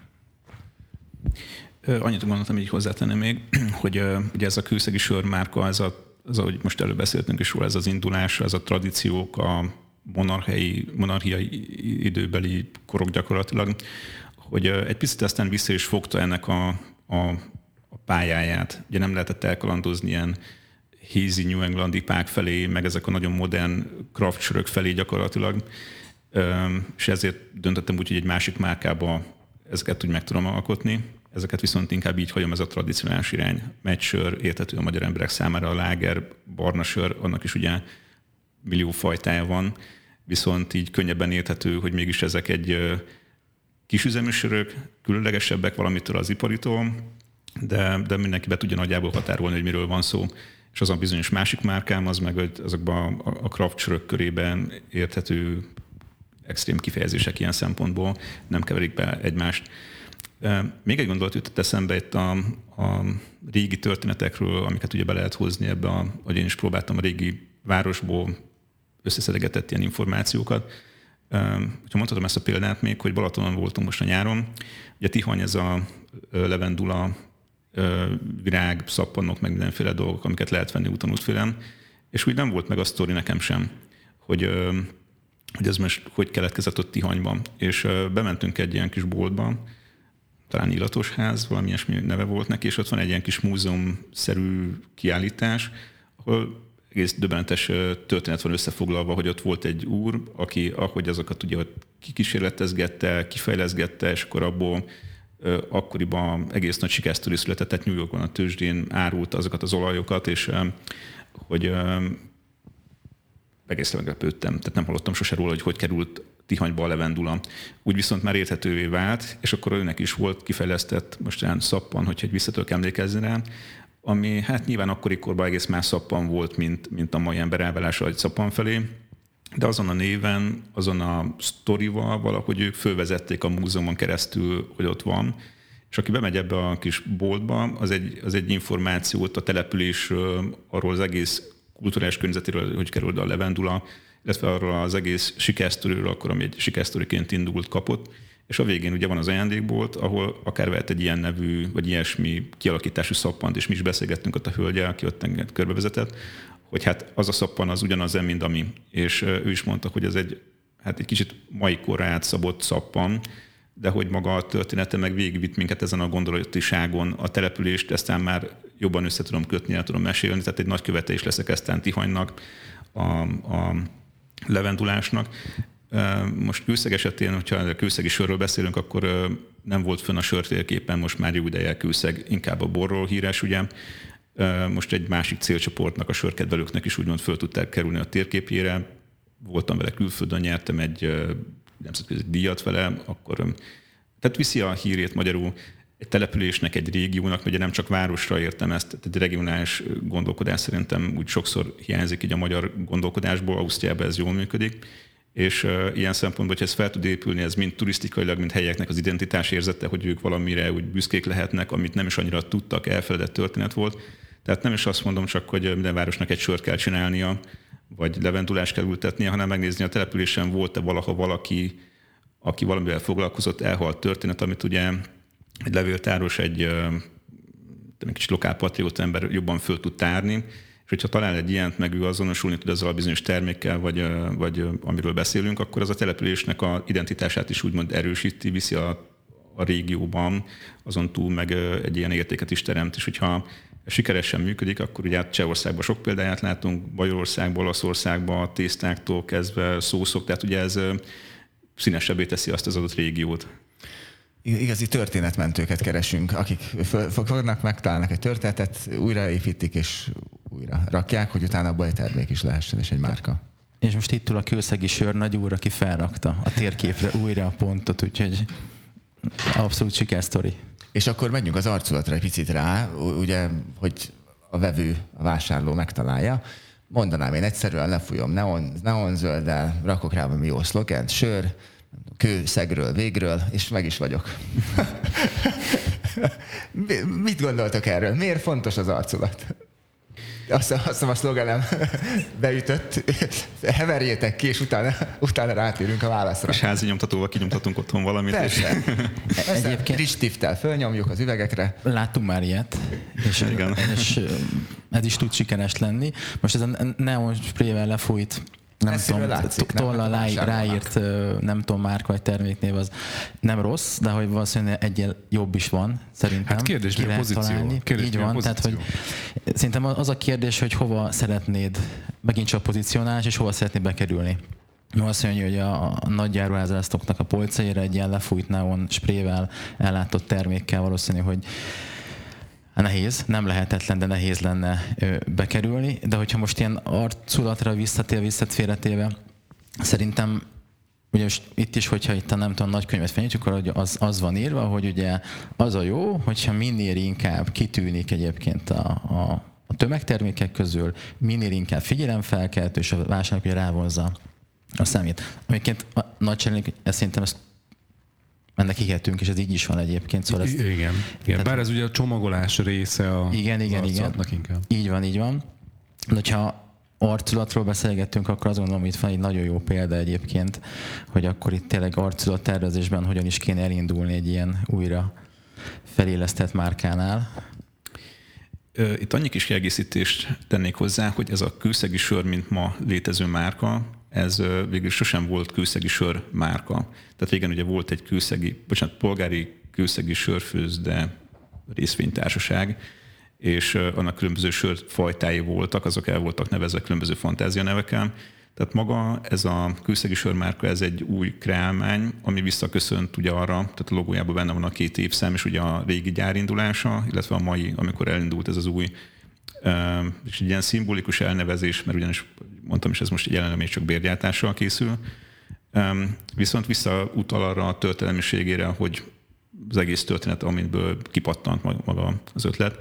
Speaker 5: Annyit gondoltam, így hozzátenni még, hogy ugye ez a kőszegi sörmárka, ez a, az, ahogy most előbb beszéltünk is róla, ez az indulás, ez a tradíciók, a monarchiai, monarchiai időbeli korok gyakorlatilag, hogy egy picit aztán vissza is fogta ennek a, a, a pályáját. Ugye nem lehetett elkalandozni ilyen hazy New Englandi pák felé, meg ezek a nagyon modern craft sörök felé gyakorlatilag, és ezért döntöttem úgy, hogy egy másik márkába ezeket úgy meg tudom alkotni. Ezeket viszont inkább így hagyom, ez a tradicionális irány. Megysör, érthető a magyar emberek számára, a láger, barna sör, annak is ugye millió fajtája van, viszont így könnyebben érthető, hogy mégis ezek egy kisüzemű sörök, különlegesebbek valamitől az iparitól, de, de mindenki be tudja nagyjából határolni, hogy miről van szó. és az a bizonyos másik márkám, az meg azokban a, a craft sörök körében érthető extrém kifejezések ilyen szempontból, nem keverik be egymást. Még egy gondolat jutott eszembe itt a, a régi történetekről, amiket ugye be lehet hozni ebbe, a, hogy én is próbáltam a régi városból összeszedegetett ilyen információkat. Ha mondhatom ezt a példát még, hogy Balatonon voltunk most a nyáron, ugye Tihany ez a levendula virág, szappanok, meg mindenféle dolgok, amiket lehet venni úton útfélen, és úgy nem volt meg a sztori nekem sem, hogy, hogy ez most hogy keletkezett ott Tihanyban. És bementünk egy ilyen kis boltba, talán Illatosház, valami ilyesmi neve volt neki, és ott van egy ilyen kis múzeumszerű kiállítás, ahol egész döbbenetes történet van összefoglalva, hogy ott volt egy úr, aki ahogy azokat ugye kikísérletezgette, kifejleszgette, és akkor abból akkoriban egész nagy sikersztori született, tehát New Yorkban a tőzsdén árult azokat az olajokat, és hogy egészen meglepődtem, tehát nem hallottam sose róla, hogy hogy került Tihanyba a levendula. Úgy viszont már érthetővé vált, és akkor őnek is volt kifejlesztett most olyan szappan, hogyha egy visszatők emlékezni rá, ami hát nyilván akkorikorban egész más szappan volt, mint, mint a mai ember elválása egy szappan felé, de azon a néven, azon a sztorival valahogy ők fölvezették a múzeumon keresztül, hogy ott van, és aki bemegy ebbe a kis boltba, az egy, az egy információt a településről, arról az egész kulturális környezetéről, hogy került a levendula, illetve arról az egész sikersztoriról, akkor ami egy sikersztoriként indult, kapott, és a végén ugye van az ajándékbolt, ahol akár vehet egy ilyen nevű, vagy ilyesmi kialakítású szappant, és mi is beszélgettünk ott a hölgyel, aki ott engem körbevezetett, hogy hát az a szappan az ugyanaz, mint ami. És ő is mondta, hogy ez egy, hát egy kicsit mai korra átszabott szappan, de hogy maga a története meg végigvitt minket ezen a gondolatiságon, a települést, eztán már jobban össze tudom kötni, el tudom mesélni, tehát egy nagy követe is leszek eztán Tihanynak, a, a levendulásnak. Most Kőszeg esetén, hogyha a kőszegi sörről beszélünk, akkor nem volt fönn a sörtérképen, most már jó ideje Kőszeg, inkább a borról híres, ugye. Most egy másik célcsoportnak, a sörkedvelőknek is úgymond föl tudták kerülni a térképjére. Voltam vele külföldön, nyertem egy nemzetközi díjat vele, akkor tehát viszi a hírét magyarul egy településnek, egy régiónak, ugye nem csak városra értem ezt, tehát egy regionális gondolkodás szerintem úgy sokszor hiányzik így a magyar gondolkodásból, Ausztriában ez jól működik, és uh, ilyen szempontból, hogy ez fel tud épülni, ez mind turisztikailag, mind helyeknek az identitás érzete, hogy ők valamire úgy büszkék lehetnek, amit nem is annyira tudtak, elfeledett történet volt. Tehát nem is azt mondom csak, hogy minden városnak egy sört kell csinálnia, vagy levendulást kell ültetnie, hanem megnézni a településen volt-e valaha valaki, aki valamivel foglalkozott, elhalt történet, amit ugye egy levéltáros, egy, egy kicsit lokálpatrióta ember jobban föl tud tárni, és hogyha talál egy ilyent, meg ő azonosulni tud ezzel a bizonyos termékkel, vagy, vagy amiről beszélünk, akkor az a településnek a identitását is úgymond erősíti, viszi a, a régióban, azon túl meg egy ilyen értéket is teremt, és hogyha sikeresen működik, akkor ugye Csehországban sok példáját látunk, Bajorországban, Olaszországban, tésztáktól kezdve szószok, tehát ugye ez színesebbé teszi azt az adott régiót.
Speaker 1: Igazi történetmentőket keresünk, akik fognak, megtalálnak egy történetet, újraépítik és újra rakják, hogy utána abban egy termék is lehessen, és egy márka.
Speaker 4: És most itt ül a kőszegi sörnagy úr, aki felrakta a térképre újra a pontot, úgyhogy abszolút sikersztori. És
Speaker 1: akkor menjünk az arculatra egy picit rá, ugye, hogy a vevő, a vásárló megtalálja. Mondanám én egyszerűen, lefújom neon, neonzölddel, rakok rá valami jó szlogent, sör, Kőszegről, végről, és meg is vagyok. Mit gondoltok erről? Miért fontos az arculat? Azt, azt hiszem a szlogenem beütött. Heverjétek ki, és utána, utána rátérünk a válaszra.
Speaker 5: És házi nyomtatóval kinyomtatunk otthon valamit.
Speaker 1: Persze. És... Egyébként Risttiftel fölnyomjuk az üvegekre.
Speaker 4: Láttunk már ilyet, és, és ez is tud sikeres lenni. Most ez a neon sprével lefújt, nem tudom, tollal ráírt, nem tudom, márka vagy terméknév, az nem rossz, de hogy valószínűleg egyel jobb is van, szerintem.
Speaker 3: Hát kérdés, mi a pozíció? Kérdés,
Speaker 4: Így van, tehát hogy szerintem az a kérdés, hogy hova szeretnéd, megint csak pozícionálás, és hova szeretnéd bekerülni. Azt mondja, hogy a, a nagy áruházasztoknak a polcaira egy ilyen lefújt neon sprével ellátott termékkel valószínű, hogy nehéz, nem lehetetlen, de nehéz lenne ö, bekerülni, de hogyha most ilyen arculatra visszatér, visszatfélretéve, szerintem ugye most itt is, hogyha itt a nem tudom, nagy könyvet fenyítjük, akkor az, az van írva, hogy ugye az a jó, hogyha minél inkább kitűnik egyébként a, a, a a tömegtermékek közül minél inkább figyelemfelkeltő, és a vásárlók ugye rávonza a szemét. Amikként a nagyságnak, ezt szerintem ezt ennek hihetünk, és ez így is van egyébként. Szóval ezt,
Speaker 3: igen, igen.
Speaker 4: Tehát,
Speaker 3: Bár ez ugye a csomagolás része a
Speaker 4: igen, igen, igen.
Speaker 3: inkább.
Speaker 4: Így van, így van. De hogyha arculatról beszélgettünk, akkor azt gondolom, hogy itt van egy nagyon jó példa egyébként, hogy akkor itt tényleg arculat tervezésben hogyan is kéne elindulni egy ilyen újra felélesztett márkánál.
Speaker 5: Itt annyi kis kiegészítést tennék hozzá, hogy ez a kőszegi sör, mint ma létező márka, ez végül sosem volt kőszegi sör márka. Tehát régen ugye volt egy kőszegi, bocsánat, polgári kőszegi sörfőzde részvénytársaság, és annak különböző sörfajtái voltak, azok el voltak nevezve különböző fantázianevekkel. Tehát maga ez a kőszegi sörmárka, ez egy új kreálmány, ami visszaköszönt ugye arra, tehát a logójában benne van a két évszám, és ugye a régi gyárindulása, illetve a mai, amikor elindult ez az új, és egy ilyen szimbolikus elnevezés, mert ugyanis mondtam is, ez most jelenleg még csak bérgyártással készül, viszont visszautal arra a történelmiségére, hogy az egész történet, amiből kipattant maga az ötlet.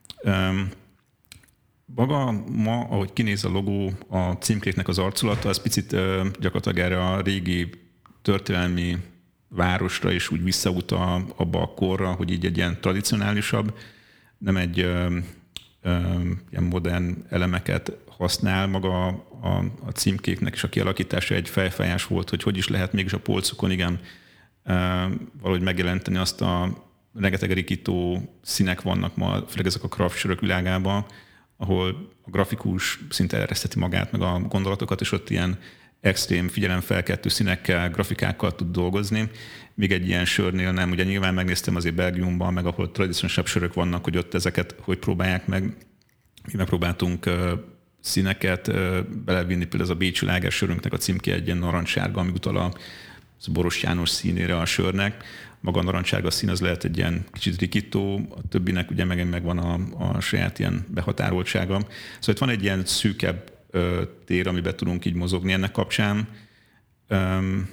Speaker 5: Maga ma, ahogy kinéz a logó, a címkéknek az arculata, az picit gyakorlatilag erre a régi történelmi városra is úgy visszautal abba a korra, hogy így egy ilyen tradicionálisabb, nem egy ö, ö, ilyen modern elemeket használ. Maga a, a, a címkéknek és a kialakítása egy fejfájás volt, hogy hogy is lehet mégis a polcukon, igen, ö, valahogy megjelenteni azt a rengeteg rikító színek vannak ma, főleg ezek a craft sörök világában, ahol a grafikus szinte ereszteti magát, meg a gondolatokat, és ott ilyen extrém figyelemfelkeltő színekkel, grafikákkal tud dolgozni. Még egy ilyen sörnél nem. Ugye nyilván megnéztem azért Belgiumban, meg ahol tradicionálisabb sörök vannak, hogy ott ezeket hogy próbálják meg. Mi megpróbáltunk uh, színeket uh, belevinni, például ez a bécsi láger sörünknek a címke egy ilyen narancssárga, ami utal a Boros János színére a sörnek. Maga a narancssárga szín az lehet egy ilyen kicsit rikító, a többinek ugye meg megvan a, a saját ilyen behatároltsága. Szóval itt van egy ilyen szűkebb ö, tér, amiben tudunk így mozogni ennek kapcsán. Öm,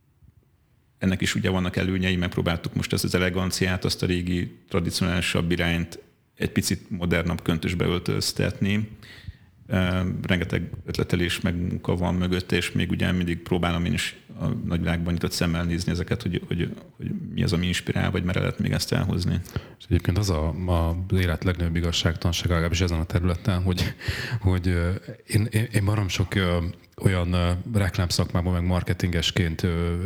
Speaker 5: ennek is ugye vannak előnyei, megpróbáltuk most ezt az eleganciát, azt a régi, tradicionálisabb irányt egy picit modernabb köntösbe öltöztetni. Öm, rengeteg ötletelés meg munka van mögött, és még ugye mindig próbálom én is a nagyvilágban nyitott szemmel nézni ezeket, hogy, hogy, hogy mi az, ami inspirál, vagy merre lehet még ezt elhozni.
Speaker 3: És egyébként az a, a, az élet legnagyobb igazságtalanság, legalábbis ezen a területen, hogy, hogy én, én, én barom sok olyan reklámszakmában, meg marketingesként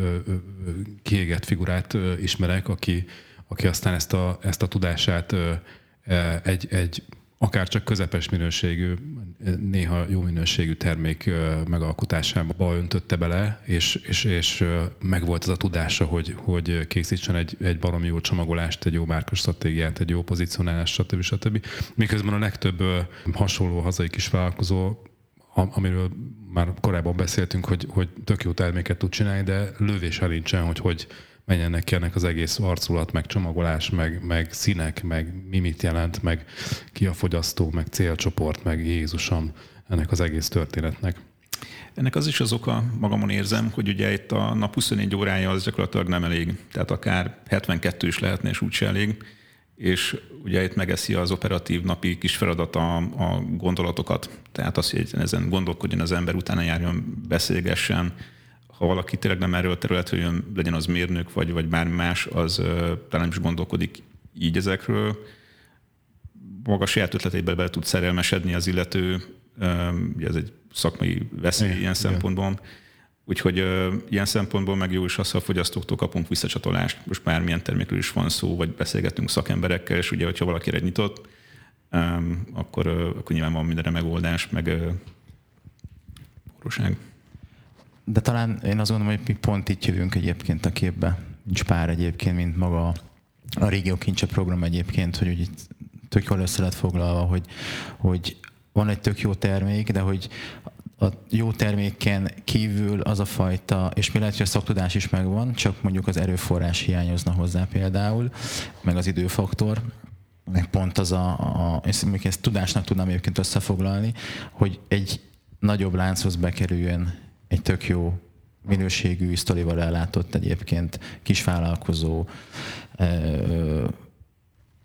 Speaker 3: kiégett figurát ismerek, aki, aki aztán ezt a, ezt a tudását egy, egy akár csak közepes minőségű, néha jó minőségű termék megalkotásába öntötte bele, és, és, és megvolt ez a tudása, hogy, hogy készítsen egy, egy baromi jó csomagolást, egy jó márka stratégiát, egy jó pozicionálást, stb. stb. Miközben a legtöbb hasonló hazai kis vállalkozó, amiről már korábban beszéltünk, hogy, hogy tök jó terméket tud csinálni, de lővéssel nincsen, hogy hogy menjen neki ennek az egész arculat, meg csomagolás, meg, meg színek, meg mi mit jelent, meg ki a fogyasztó, meg célcsoport, meg Jézusom ennek az egész történetnek.
Speaker 5: Ennek az is az oka, magamon érzem, hogy ugye itt a nap huszonnégy órája az gyakorlatilag nem elég. Tehát akár hetvenkettő is lehetne, és úgyse elég. És ugye itt megeszi az operatív napi kis feladat a, a gondolatokat. Tehát az, hogy ezen gondolkodjon az ember, utána járjon, beszélgessen. Ha valaki tényleg nem erről a területről jön, legyen az mérnök, vagy, vagy bármi más, az uh, talán is gondolkodik így ezekről. Maga saját ötleteibe bele tud szerelmesedni az illető. Um, ez egy szakmai veszély ilyen igen. szempontból. Úgyhogy uh, ilyen szempontból meg jó is az, ha a fogyasztóktól kapunk visszacsatolást. Most bármilyen termékről is van szó, vagy beszélgetünk szakemberekkel, és ugye, hogyha valaki egy nyitott, um, akkor, uh, akkor nyilván van mindenre megoldás, meg uh, orvoság.
Speaker 4: De talán én azt gondolom, hogy mi pont itt jövünk egyébként a képbe. Nincs pár egyébként, mint maga a Régió Kincse program egyébként, hogy itt tök jól össze lett foglalva, hogy, hogy van egy tök jó termék, de hogy a jó terméken kívül az a fajta, és mi lehet, hogy a szaktudás is megvan, csak mondjuk az erőforrás hiányozna hozzá például, meg az időfaktor, meg pont az a, a és ezt tudásnak tudnám egyébként összefoglalni, hogy egy nagyobb lánchoz bekerüljön egy tök jó minőségű, sztorival ellátott egyébként kisvállalkozó,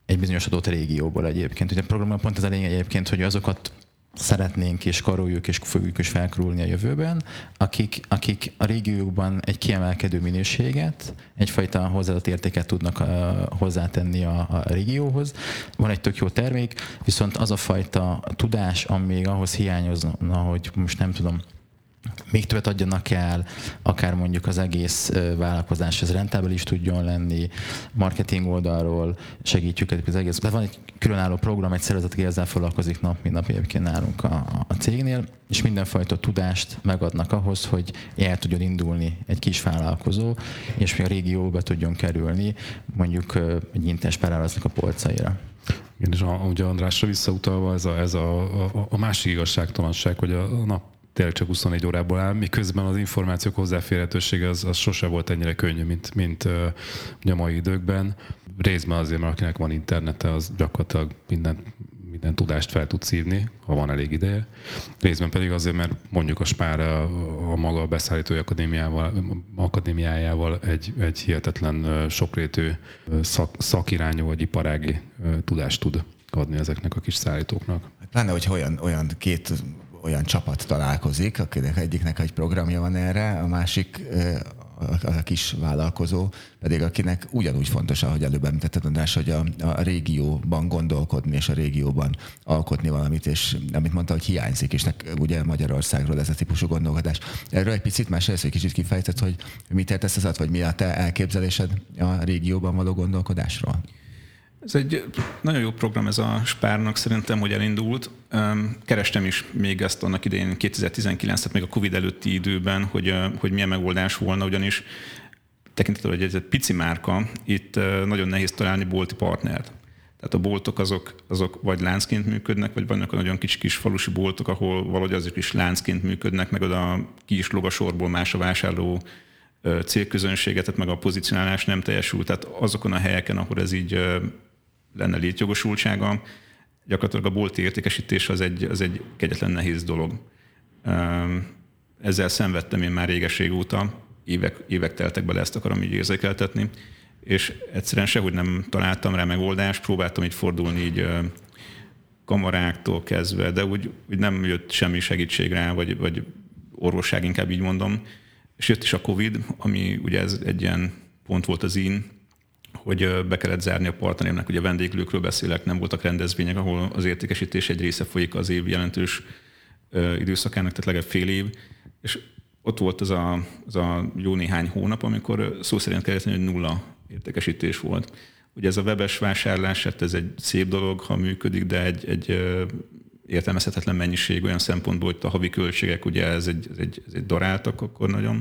Speaker 4: egy bizonyos adott régióból egyébként. Ugye a programban pont ez a lényeg egyébként, hogy azokat szeretnénk és karoljuk és fogjuk is felkarolni a jövőben, akik, akik a régiókban egy kiemelkedő minőséget, egyfajta hozzáadott értéket tudnak uh, hozzátenni a, a régióhoz. Van egy tök jó termék, viszont az a fajta tudás, ami még ahhoz hiányozna, hogy most nem tudom, még többet adjanak el, akár mondjuk az egész vállalkozás, ez rentábil is tudjon lenni, marketing oldalról segítjük az egész. De van egy különálló program, egy szervezet, aki ezzel foglalkozik nap, mint nap egyébként nálunk a, a cégnél, és mindenfajta tudást megadnak ahhoz, hogy el tudjon indulni egy kis vállalkozó, és még a régióba tudjon kerülni, mondjuk egy intens páráraznak a polcaira.
Speaker 3: Igen, és a, ugye Andrásra visszautalva ez a, ez a, a, a másik igazságtalanság, hogy a nap tényleg csak huszonnégy órából áll, miközben az információk hozzáférhetősége az, az sose volt ennyire könnyű, mint, mint uh, ugye a mai időkben. Részben azért, mert akinek van internete, az gyakorlatilag minden, minden tudást fel tud szívni, ha van elég ideje. Részben pedig azért, mert mondjuk a Spár a, a maga beszállítói akadémiával, akadémiájával egy, egy hihetetlen sokrétű szak, szakirányú vagy iparági tudást tud adni ezeknek a kis szállítóknak.
Speaker 1: Pláne, hogy olyan, olyan két olyan csapat találkozik, akinek egyiknek egy programja van erre, a másik a, a kis vállalkozó, pedig akinek ugyanúgy fontos, ahogy előbb említetted, András, hogy a, a régióban gondolkodni, és a régióban alkotni valamit, és amit mondta, hogy hiányzik, és nek, ugye Magyarországról ez a típusú gondolkodás. Erről egy picit mesélsz, egy kicsit kifejtett, hogy mit értesz ez alatt, vagy mi a te elképzelésed a régióban való gondolkodásról?
Speaker 5: Ez egy nagyon jó program ez a Spárnak, szerintem, hogy elindult. Kerestem is még ezt annak idején kétezer-tizenkilenc, tehát még a Covid előtti időben, hogy, hogy milyen megoldás volna, ugyanis tekintettel, hogy ez egy pici márka, itt nagyon nehéz találni bolti partnert. Tehát a boltok azok, azok vagy láncként működnek, vagy vannak nagyon kis-kis falusi boltok, ahol valahogy azok is láncként működnek, meg oda ki is lóg a sorból más a vásárló célközönséget, tehát meg a pozicionálás nem teljesül. Tehát azokon a helyeken, ahol ez így lenne létjogosultsága, gyakorlatilag a bolti értékesítés az egy, az egy kegyetlen nehéz dolog. Ezzel szenvedtem én már régeség óta, évek, évek teltek bele, ezt akarom így érzékeltetni, és egyszerűen sehogy nem találtam rá megoldást, próbáltam így fordulni így kamaráktól kezdve, de úgy, úgy nem jött semmi segítség rá, vagy, vagy orvosság, inkább így mondom. És jött is a Covid, ami ugye ez egy ilyen pont volt az in, hogy be kellett zárni a partnerémnek, ugye vendéglőkről beszélek, nem voltak rendezvények, ahol az értékesítés egy része folyik az év jelentős időszakának, tehát legalább fél év, és ott volt az a, az a jó néhány hónap, amikor szó szerint kellett, hogy nulla értékesítés volt. Ugye ez a webes vásárlás, hát ez egy szép dolog, ha működik, de egy, egy értelmezhetetlen mennyiség olyan szempontból, hogy a havi költségek, ugye ez egy, ez egy, ez egy daráltak akkor nagyon.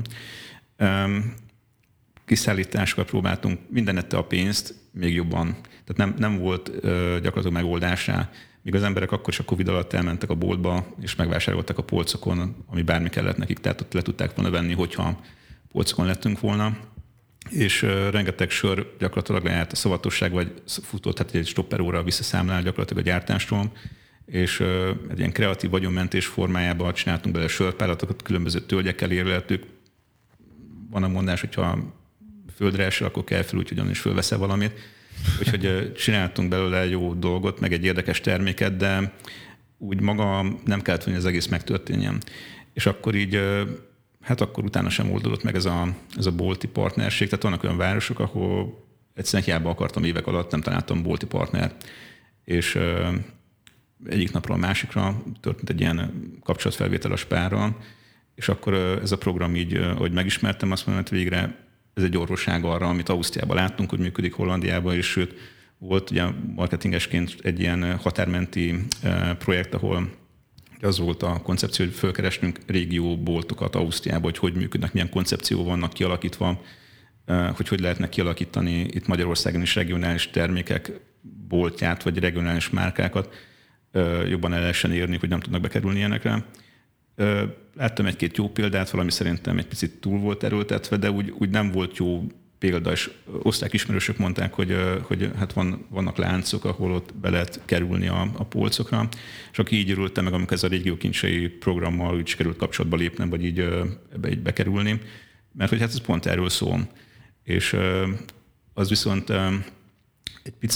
Speaker 5: Kiszállításokat próbáltunk, minden ette a pénzt még jobban. Tehát nem, nem volt gyakorlatilag megoldás rá. Míg az emberek akkor is a Covid alatt elmentek a boltba, és megvásároltak a polcokon, ami bármi kellett nekik, tehát ott le tudták volna venni, hogyha polcokon lettünk volna. És rengeteg sör gyakorlatilag lejárt a szavatosság, vagy futott, tehát egy stopperóra visszaszámlál gyakorlatilag a gyártástól, és egy ilyen kreatív vagyonmentés formájában csináltunk bele sörpárlatokat, különböző tölgyekkel érleltük. Van a mondás, hogyha földre esel, akkor kell fel úgy, hogy onnan is fölveszel valamit. Úgyhogy csináltunk belőle egy jó dolgot, meg egy érdekes terméket, de úgy maga nem kellett, hogy az egész megtörténjen. És akkor így, hát akkor utána sem oldódott meg ez a, ez a bolti partnerség. Tehát vannak olyan városok, ahol egyszerűen hiába akartam évek alatt, nem találtam bolti partnert. És egyik napról a másikra történt egy ilyen kapcsolatfelvétel a Spárral, és akkor ez a program így, hogy megismertem, azt mondom, hogy végre ez egy orvosság arra, amit Ausztriában láttunk, hogy működik Hollandiában, és sőt, volt ugye marketingesként egy ilyen határmenti projekt, ahol az volt a koncepció, hogy fölkerestünk régióboltokat Ausztriában, hogy hogy működnek, milyen koncepció vannak kialakítva, hogy hogy lehetne kialakítani itt Magyarországon is regionális termékek boltját, vagy regionális márkákat, jobban el lehessen érni, hogy nem tudnak bekerülni ilyenekre. Láttam egy-két jó példát, valami szerintem egy picit túl volt erőltetve, de úgy, úgy nem volt jó példa, és osztrák ismerősök mondták, hogy, hogy hát van, vannak láncok, ahol ott be lehet kerülni a, a polcokra, és aki így örültem meg, amikor ez a régió kincsei programmal úgy sikerült kapcsolatba lépnem, vagy így ebbe így bekerülni, mert hogy hát ez pont erről szól. És az viszont egy picit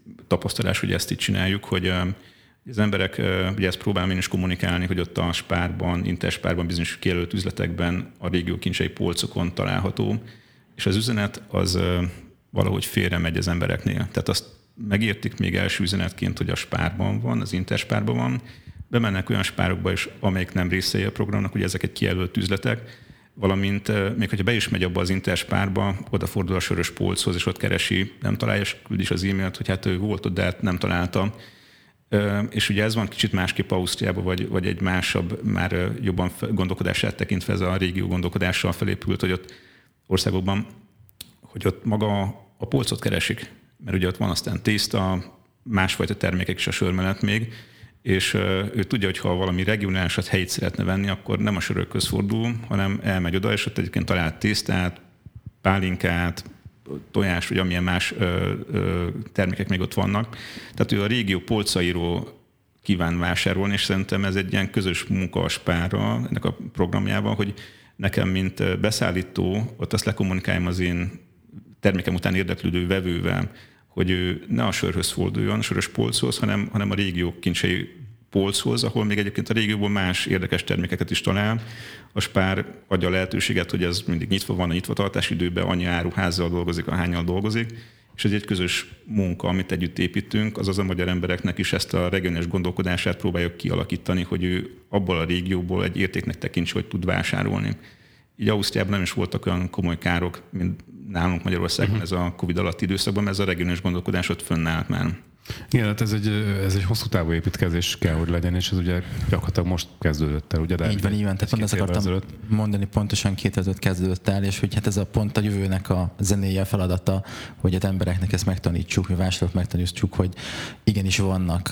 Speaker 5: tapasztalás, hogy ezt így csináljuk, hogy az emberek, ugye ezt próbálom én is kommunikálni, hogy ott a Spárban, Interspárban, bizonyos kijelölt üzletekben a régió kincsei polcokon található, és az üzenet az valahogy félre megy az embereknél. Tehát azt megértik még első üzenetként, hogy a Spárban van, az Interspárban van, bemennek olyan spárokba is, amelyek nem részei a programnak, ugye ezek egy kijelölt üzletek, valamint még hogyha be is megy abba az Interspárba, odafordul a sörös polchoz, és ott keresi, nem találja, és küld is az e-mailt, hogy hát ő volt ott, de hát nem találta. És ugye ez van kicsit másképp Ausztriában, vagy, vagy egy másabb, már jobban gondolkodását tekintve ez a régió gondolkodással felépült, hogy ott országokban, hogy ott maga a polcot keresik, mert ugye ott van aztán tészta, másfajta termékek is a sör mellett még, és ő tudja, hogy ha valami regionálisat helyét szeretne venni, akkor nem a sörökhöz fordul, hanem elmegy oda, és ott egyébként talált tésztát, pálinkát, tojás, vagy amilyen más ö, ö, termékek még ott vannak. Tehát ő a régió polcairól kíván vásárolni, és szerintem ez egy ilyen közös munka a Spárra, ennek a programjával, hogy nekem, mint beszállító, ott azt lekommunikáljam az én termékem után érdeklődő vevővel, hogy ő ne a sörhöz forduljon, a sörös polchoz, hanem, hanem a régió kincsei polchoz, ahol még egyébként a régióból más érdekes termékeket is talál. A Spár adja a lehetőséget, hogy ez mindig nyitva van, a nyitva tartási időben annyi áruházzal dolgozik, ahánnyal dolgozik, és ez egy közös munka, amit együtt építünk, azaz a magyar embereknek is ezt a regionális gondolkodását próbáljuk kialakítani, hogy ő abból a régióból egy értéknek tekintse, hogy tud vásárolni. Így Ausztriában nem is voltak olyan komoly károk, mint nálunk Magyarországon uh-huh. ez a Covid alatti időszakban, mert ez a regionális gondolkodás ott fönnállt már.
Speaker 3: Igen, hát ez egy, ez egy hosszú távú építkezés kell, hogy legyen, és ez ugye gyakorlatilag most kezdődött el, ugye? De
Speaker 4: így van, így van. Tehát pont ezt akartam ezelőtt. mondani, pontosan kétezer-öt kezdődött el, és hogy hát ez a pont a jövőnek a zenéje, feladata, hogy az embereknek ezt megtanítsuk, hogy vásárlók megtanítsuk, hogy igenis vannak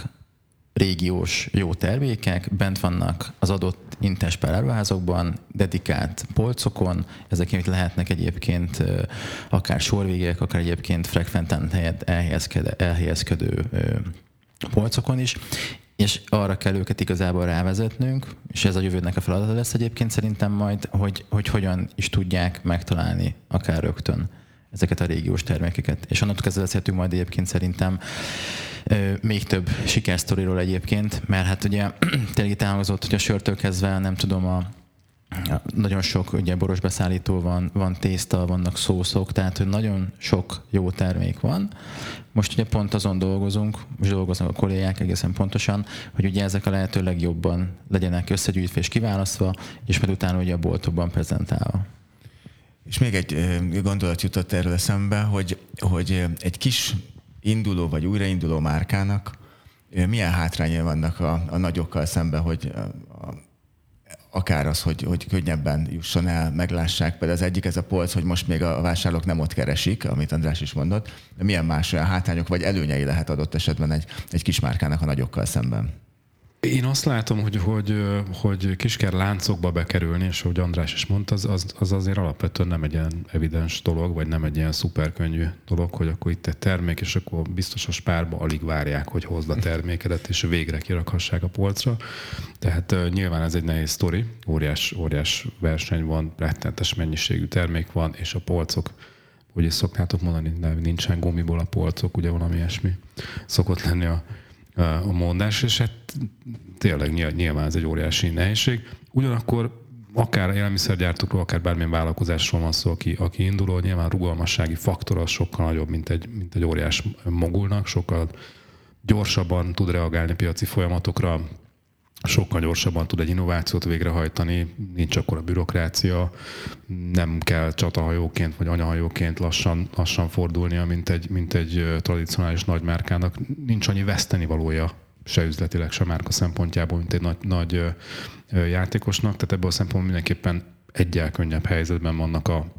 Speaker 4: régiós jó termékek, bent vannak az adott Interspár áruházakban, dedikált polcokon, ezek amit lehetnek egyébként akár sorvégek, akár egyébként frekventált helyet elhelyezkedő, elhelyezkedő polcokon is, és arra kell őket igazából rávezetnünk, és ez a jövőnek a feladata lesz egyébként szerintem majd, hogy, hogy hogyan is tudják megtalálni akár rögtön ezeket a régiós termékeket. És onnantól kezdve beszéltünk majd egyébként szerintem még több sikersztoriról egyébként, mert hát ugye tényleg itt elhangzott, hogy a sörtől kezdve nem tudom, a, a nagyon sok ugye boros beszállító van, van tészta, vannak szószok, tehát hogy nagyon sok jó termék van. Most ugye pont azon dolgozunk, és dolgoznak a kollégák egészen pontosan, hogy ugye ezek a lehető legjobban legyenek összegyűjtve és kiválasztva, és majd utána ugye a boltokban prezentálva.
Speaker 1: És még egy gondolat jutott erről eszembe, hogy, hogy egy kis induló vagy újrainduló márkának milyen hátrányai vannak a, a nagyokkal szemben, hogy a, a, akár az, hogy, hogy könnyebben jusson el, meglássák. Például az egyik ez a polc, hogy most még a vásárlók nem ott keresik, amit András is mondott, de milyen más olyan hátrányok vagy előnyei lehet adott esetben egy, egy kis márkának a nagyokkal szemben?
Speaker 3: Én azt látom, hogy, hogy, hogy kisker láncokba bekerülni, és ahogy András is mondta, az, az, az azért alapvetően nem egy ilyen evidens dolog, vagy nem egy ilyen szuperkönnyű dolog, hogy akkor itt egy termék, és akkor biztos a Spárba alig várják, hogy hozd a termékedet, és végre kirakhassák a polcra. Tehát uh, nyilván ez egy nehéz sztori, óriás, óriás verseny van, rettenetes mennyiségű termék van, és a polcok, úgy is szoknátok mondani, nem, nincsen gumiból a polcok, ugye valami ilyesmi szokott lenni a a mondás, és hát tényleg nyilván ez egy óriási nehézség. Ugyanakkor akár élelmiszergyártókról, akár bármilyen vállalkozásról van szó, aki, aki induló, nyilván rugalmassági faktor az sokkal nagyobb, mint egy, mint egy óriás mogulnak, sokkal gyorsabban tud reagálni piaci folyamatokra, sokkal gyorsabban tud egy innovációt végrehajtani, nincs akkora bürokrácia, nem kell csatahajóként vagy anyahajóként lassan, lassan fordulnia, mint egy, mint egy tradicionális nagymárkának. Nincs annyi vesztenivalója se üzletileg, se márka szempontjából, mint egy nagy, nagy játékosnak. Tehát ebből a szempontból mindenképpen egyel könnyebb helyzetben vannak a,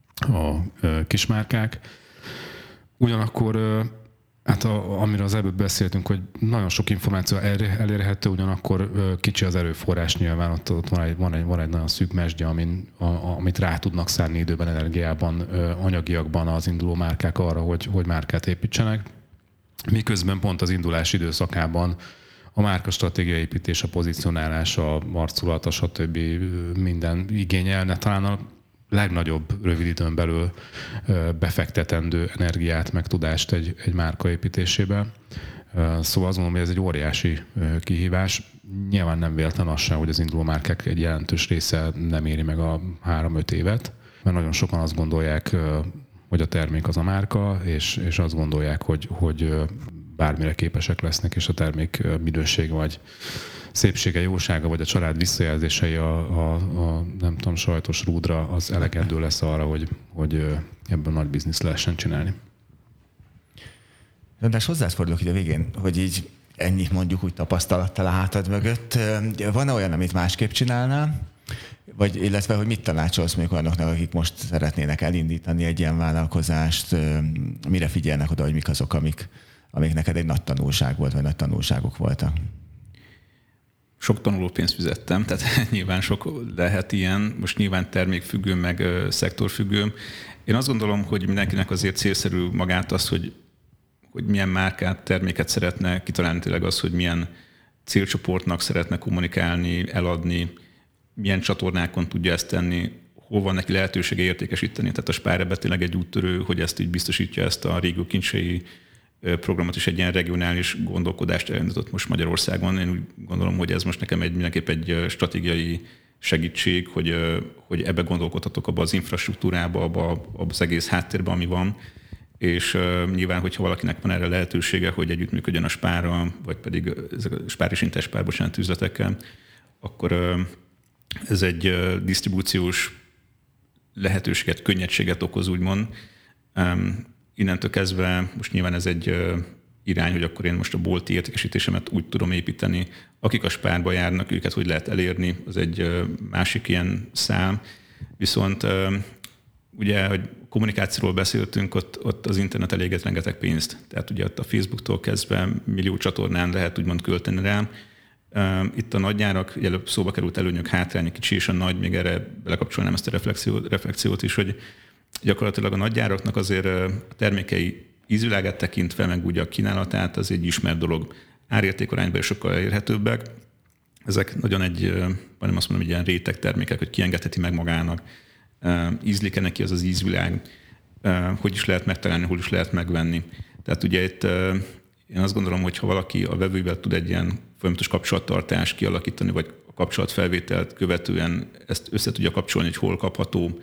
Speaker 3: a kismárkák. Ugyanakkor hát a, amiről az előbb beszéltünk, hogy nagyon sok információ elérhető, ugyanakkor kicsi az erőforrás nyilván, ott, ott van, egy, van, egy, van egy nagyon szűk mesdje, amin, a, amit rá tudnak szánni időben, energiában, anyagiakban az induló márkák arra, hogy, hogy márkát építsenek. Miközben pont az indulás időszakában a márka stratégiai építés, a pozícionálás, a arculata, stb. Minden igényelne. Talán a legnagyobb rövid időn belül befektetendő energiát, meg tudást egy, egy márka építésébe. Szóval azt gondolom, hogy ez egy óriási kihívás. Nyilván nem véletlen az sem, hogy az induló márkák egy jelentős része nem éri meg a három-öt évet, mert nagyon sokan azt gondolják, hogy a termék az a márka, és, és azt gondolják, hogy, hogy bármire képesek lesznek, és a termék minősége vagy szépsége, jósága, vagy a család visszajelzései a, a, a nem tudom, sajtos rúdra az elegendő lesz arra, hogy, hogy ebből nagy bizniszt lehessen csinálni.
Speaker 1: De hozzád fordulok ide végén, hogy így ennyi mondjuk úgy tapasztalattal a hátad mögött. Van-e olyan, amit másképp csinálnál? Vagy, illetve, hogy mit tanácsolsz még olyanoknak, akik most szeretnének elindítani egy ilyen vállalkozást? Mire figyelnek oda, hogy mik azok, amik, amik neked egy nagy tanulság volt, vagy nagy tanulságok voltak?
Speaker 5: Sok tanulópénzt fizettem, tehát nyilván sok lehet ilyen, most nyilván termékfüggő, meg szektorfüggő. Én azt gondolom, hogy mindenkinek azért célszerű magát az, hogy, hogy milyen márkát, terméket szeretne kitalálni, tényleg az, hogy milyen célcsoportnak szeretne kommunikálni, eladni, milyen csatornákon tudja ezt tenni, hol van neki lehetősége értékesíteni. Tehát a Spár ebben tényleg egy úttörő, hogy ezt így biztosítja, ezt a régió kincsei programot is, egy ilyen regionális gondolkodást elindított most Magyarországon. Én úgy gondolom, hogy ez most nekem egy, mindenképp egy stratégiai segítség, hogy, hogy ebbe gondolkodhatok, abba az infrastruktúrába, abba, abba az egész háttérben, ami van. És uh, nyilván, hogyha valakinek van erre lehetősége, hogy együttműködjön a Spárral, vagy pedig ezek a Spár és Interspár, bocsánat, üzletekkel, akkor uh, ez egy uh, disztribúciós lehetőséget, könnyedséget okoz, úgymond. Um, innentől kezdve most nyilván ez egy uh, irány, hogy akkor én most a bolti értékesítésemet úgy tudom építeni, akik a Spárba járnak, őket hogy lehet elérni, az egy uh, másik ilyen szám. Viszont uh, ugye, hogy kommunikációról beszéltünk, ott, ott az internet eléget rengeteg pénzt. Tehát ugye ott a Facebooktól kezdve millió csatornán lehet úgymond költeni rá. Itt a nagygyárak, előbb szóba került előnyök, hátrány, kicsi és a nagy, még erre belekapcsolnám ezt a reflexiót, reflexiót is, hogy gyakorlatilag a nagygyáraknak azért a termékei ízvilágát tekintve, meg ugye a kínálatát, az egy ismert dolog. Árértékarányban is sokkal elérhetőbbek. Ezek nagyon egy, nem azt mondom, egy ilyen réteg termékek, hogy kiengedheti meg magának. Ízlik-e neki az az ízvilág, hogy is lehet megtalálni, hol is lehet megvenni. Tehát ugye itt én azt gondolom, hogy ha valaki a vevővel tud egy ilyen folyamatos kapcsolattartást kialakítani, vagy a kapcsolatfelvételt követően ezt össze tudja kapcsolni, hogy hol kapható,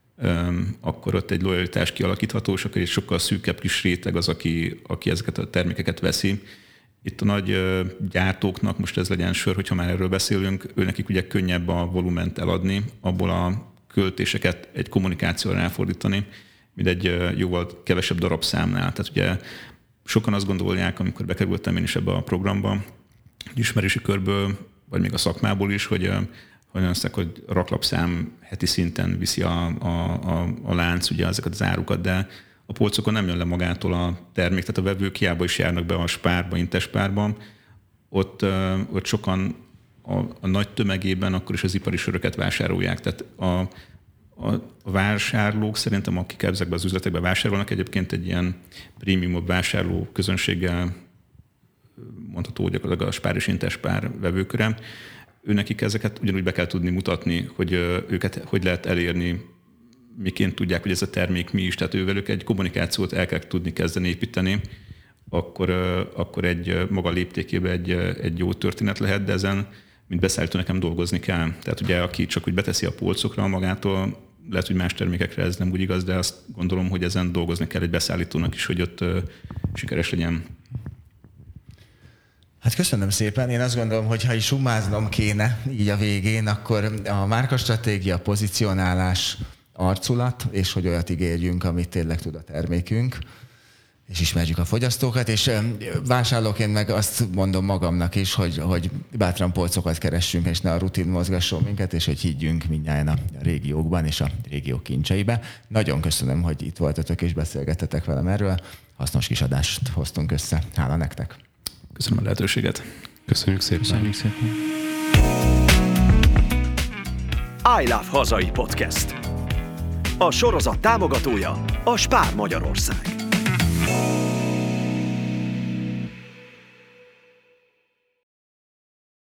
Speaker 5: akkor ott egy lojalitás kialakítható, és akkor egy sokkal szűkebb kis réteg az, aki, aki ezeket a termékeket veszi. Itt a nagy gyártóknak, most ez legyen sör, hogyha már erről beszélünk, őnekik ugye könnyebb a volument eladni, abból a költéseket egy kommunikációra ráfordítani, mint egy jóval kevesebb darabszámnál. Tehát ugye sokan azt gondolják, amikor bekerültem én is ebbe a programba, ismerési körből, vagy még a szakmából is, hogy, hogy azt hogy raklapszám heti szinten viszi a, a, a, a lánc ugye ezeket az árukat, de a polcokon nem jön le magától a termék, tehát a vevők hiába is járnak be a Spárba, Interspárba, ott, ott sokan a, a nagy tömegében akkor is az ipari söröket vásárolják. Tehát a, a, a vásárlók szerintem, akik ezekben az üzletekben vásárolnak, egyébként egy ilyen prémiumabb vásárló közönséggel mondható gyakorlatilag a Spár és Interspár vevőköre. Őnekik ezeket ugyanúgy be kell tudni mutatni, hogy őket hogy lehet elérni, miként tudják, hogy ez a termék mi is, tehát ővelük egy kommunikációt el kell tudni kezdeni építeni, akkor, akkor egy maga léptékében egy, egy jó történet lehet, de ezen, mint beszállító, nekem dolgozni kell. Tehát ugye, aki csak úgy beteszi a polcokra magától, lehet, hogy más termékekre ez nem úgy igaz, de azt gondolom, hogy ezen dolgozni kell egy beszállítónak is, hogy ott sikeres legyen.
Speaker 1: Hát köszönöm szépen. Én azt gondolom, hogy ha is sumáznom kéne így a végén, akkor a márkastratégia, pozicionálás, arculat, és hogy olyat ígérjünk, amit tényleg tud a termékünk, és ismerjük a fogyasztókat, és vásárlóként meg azt mondom magamnak is, hogy, hogy bátran polcokat keressünk, és ne a rutin mozgasson minket, és hogy higgyünk mindnyáján a régiókban és a régiók kincseibe. Nagyon köszönöm, hogy itt voltatok és beszélgettetek velem erről. Hasznos kis adást hoztunk össze. Hála nektek!
Speaker 5: Köszönöm a lehetőséget.
Speaker 3: Köszönjük szépen.
Speaker 4: Köszönjük szépen.
Speaker 2: I Love Hazai Podcast. A sorozat támogatója a Spár Magyarország.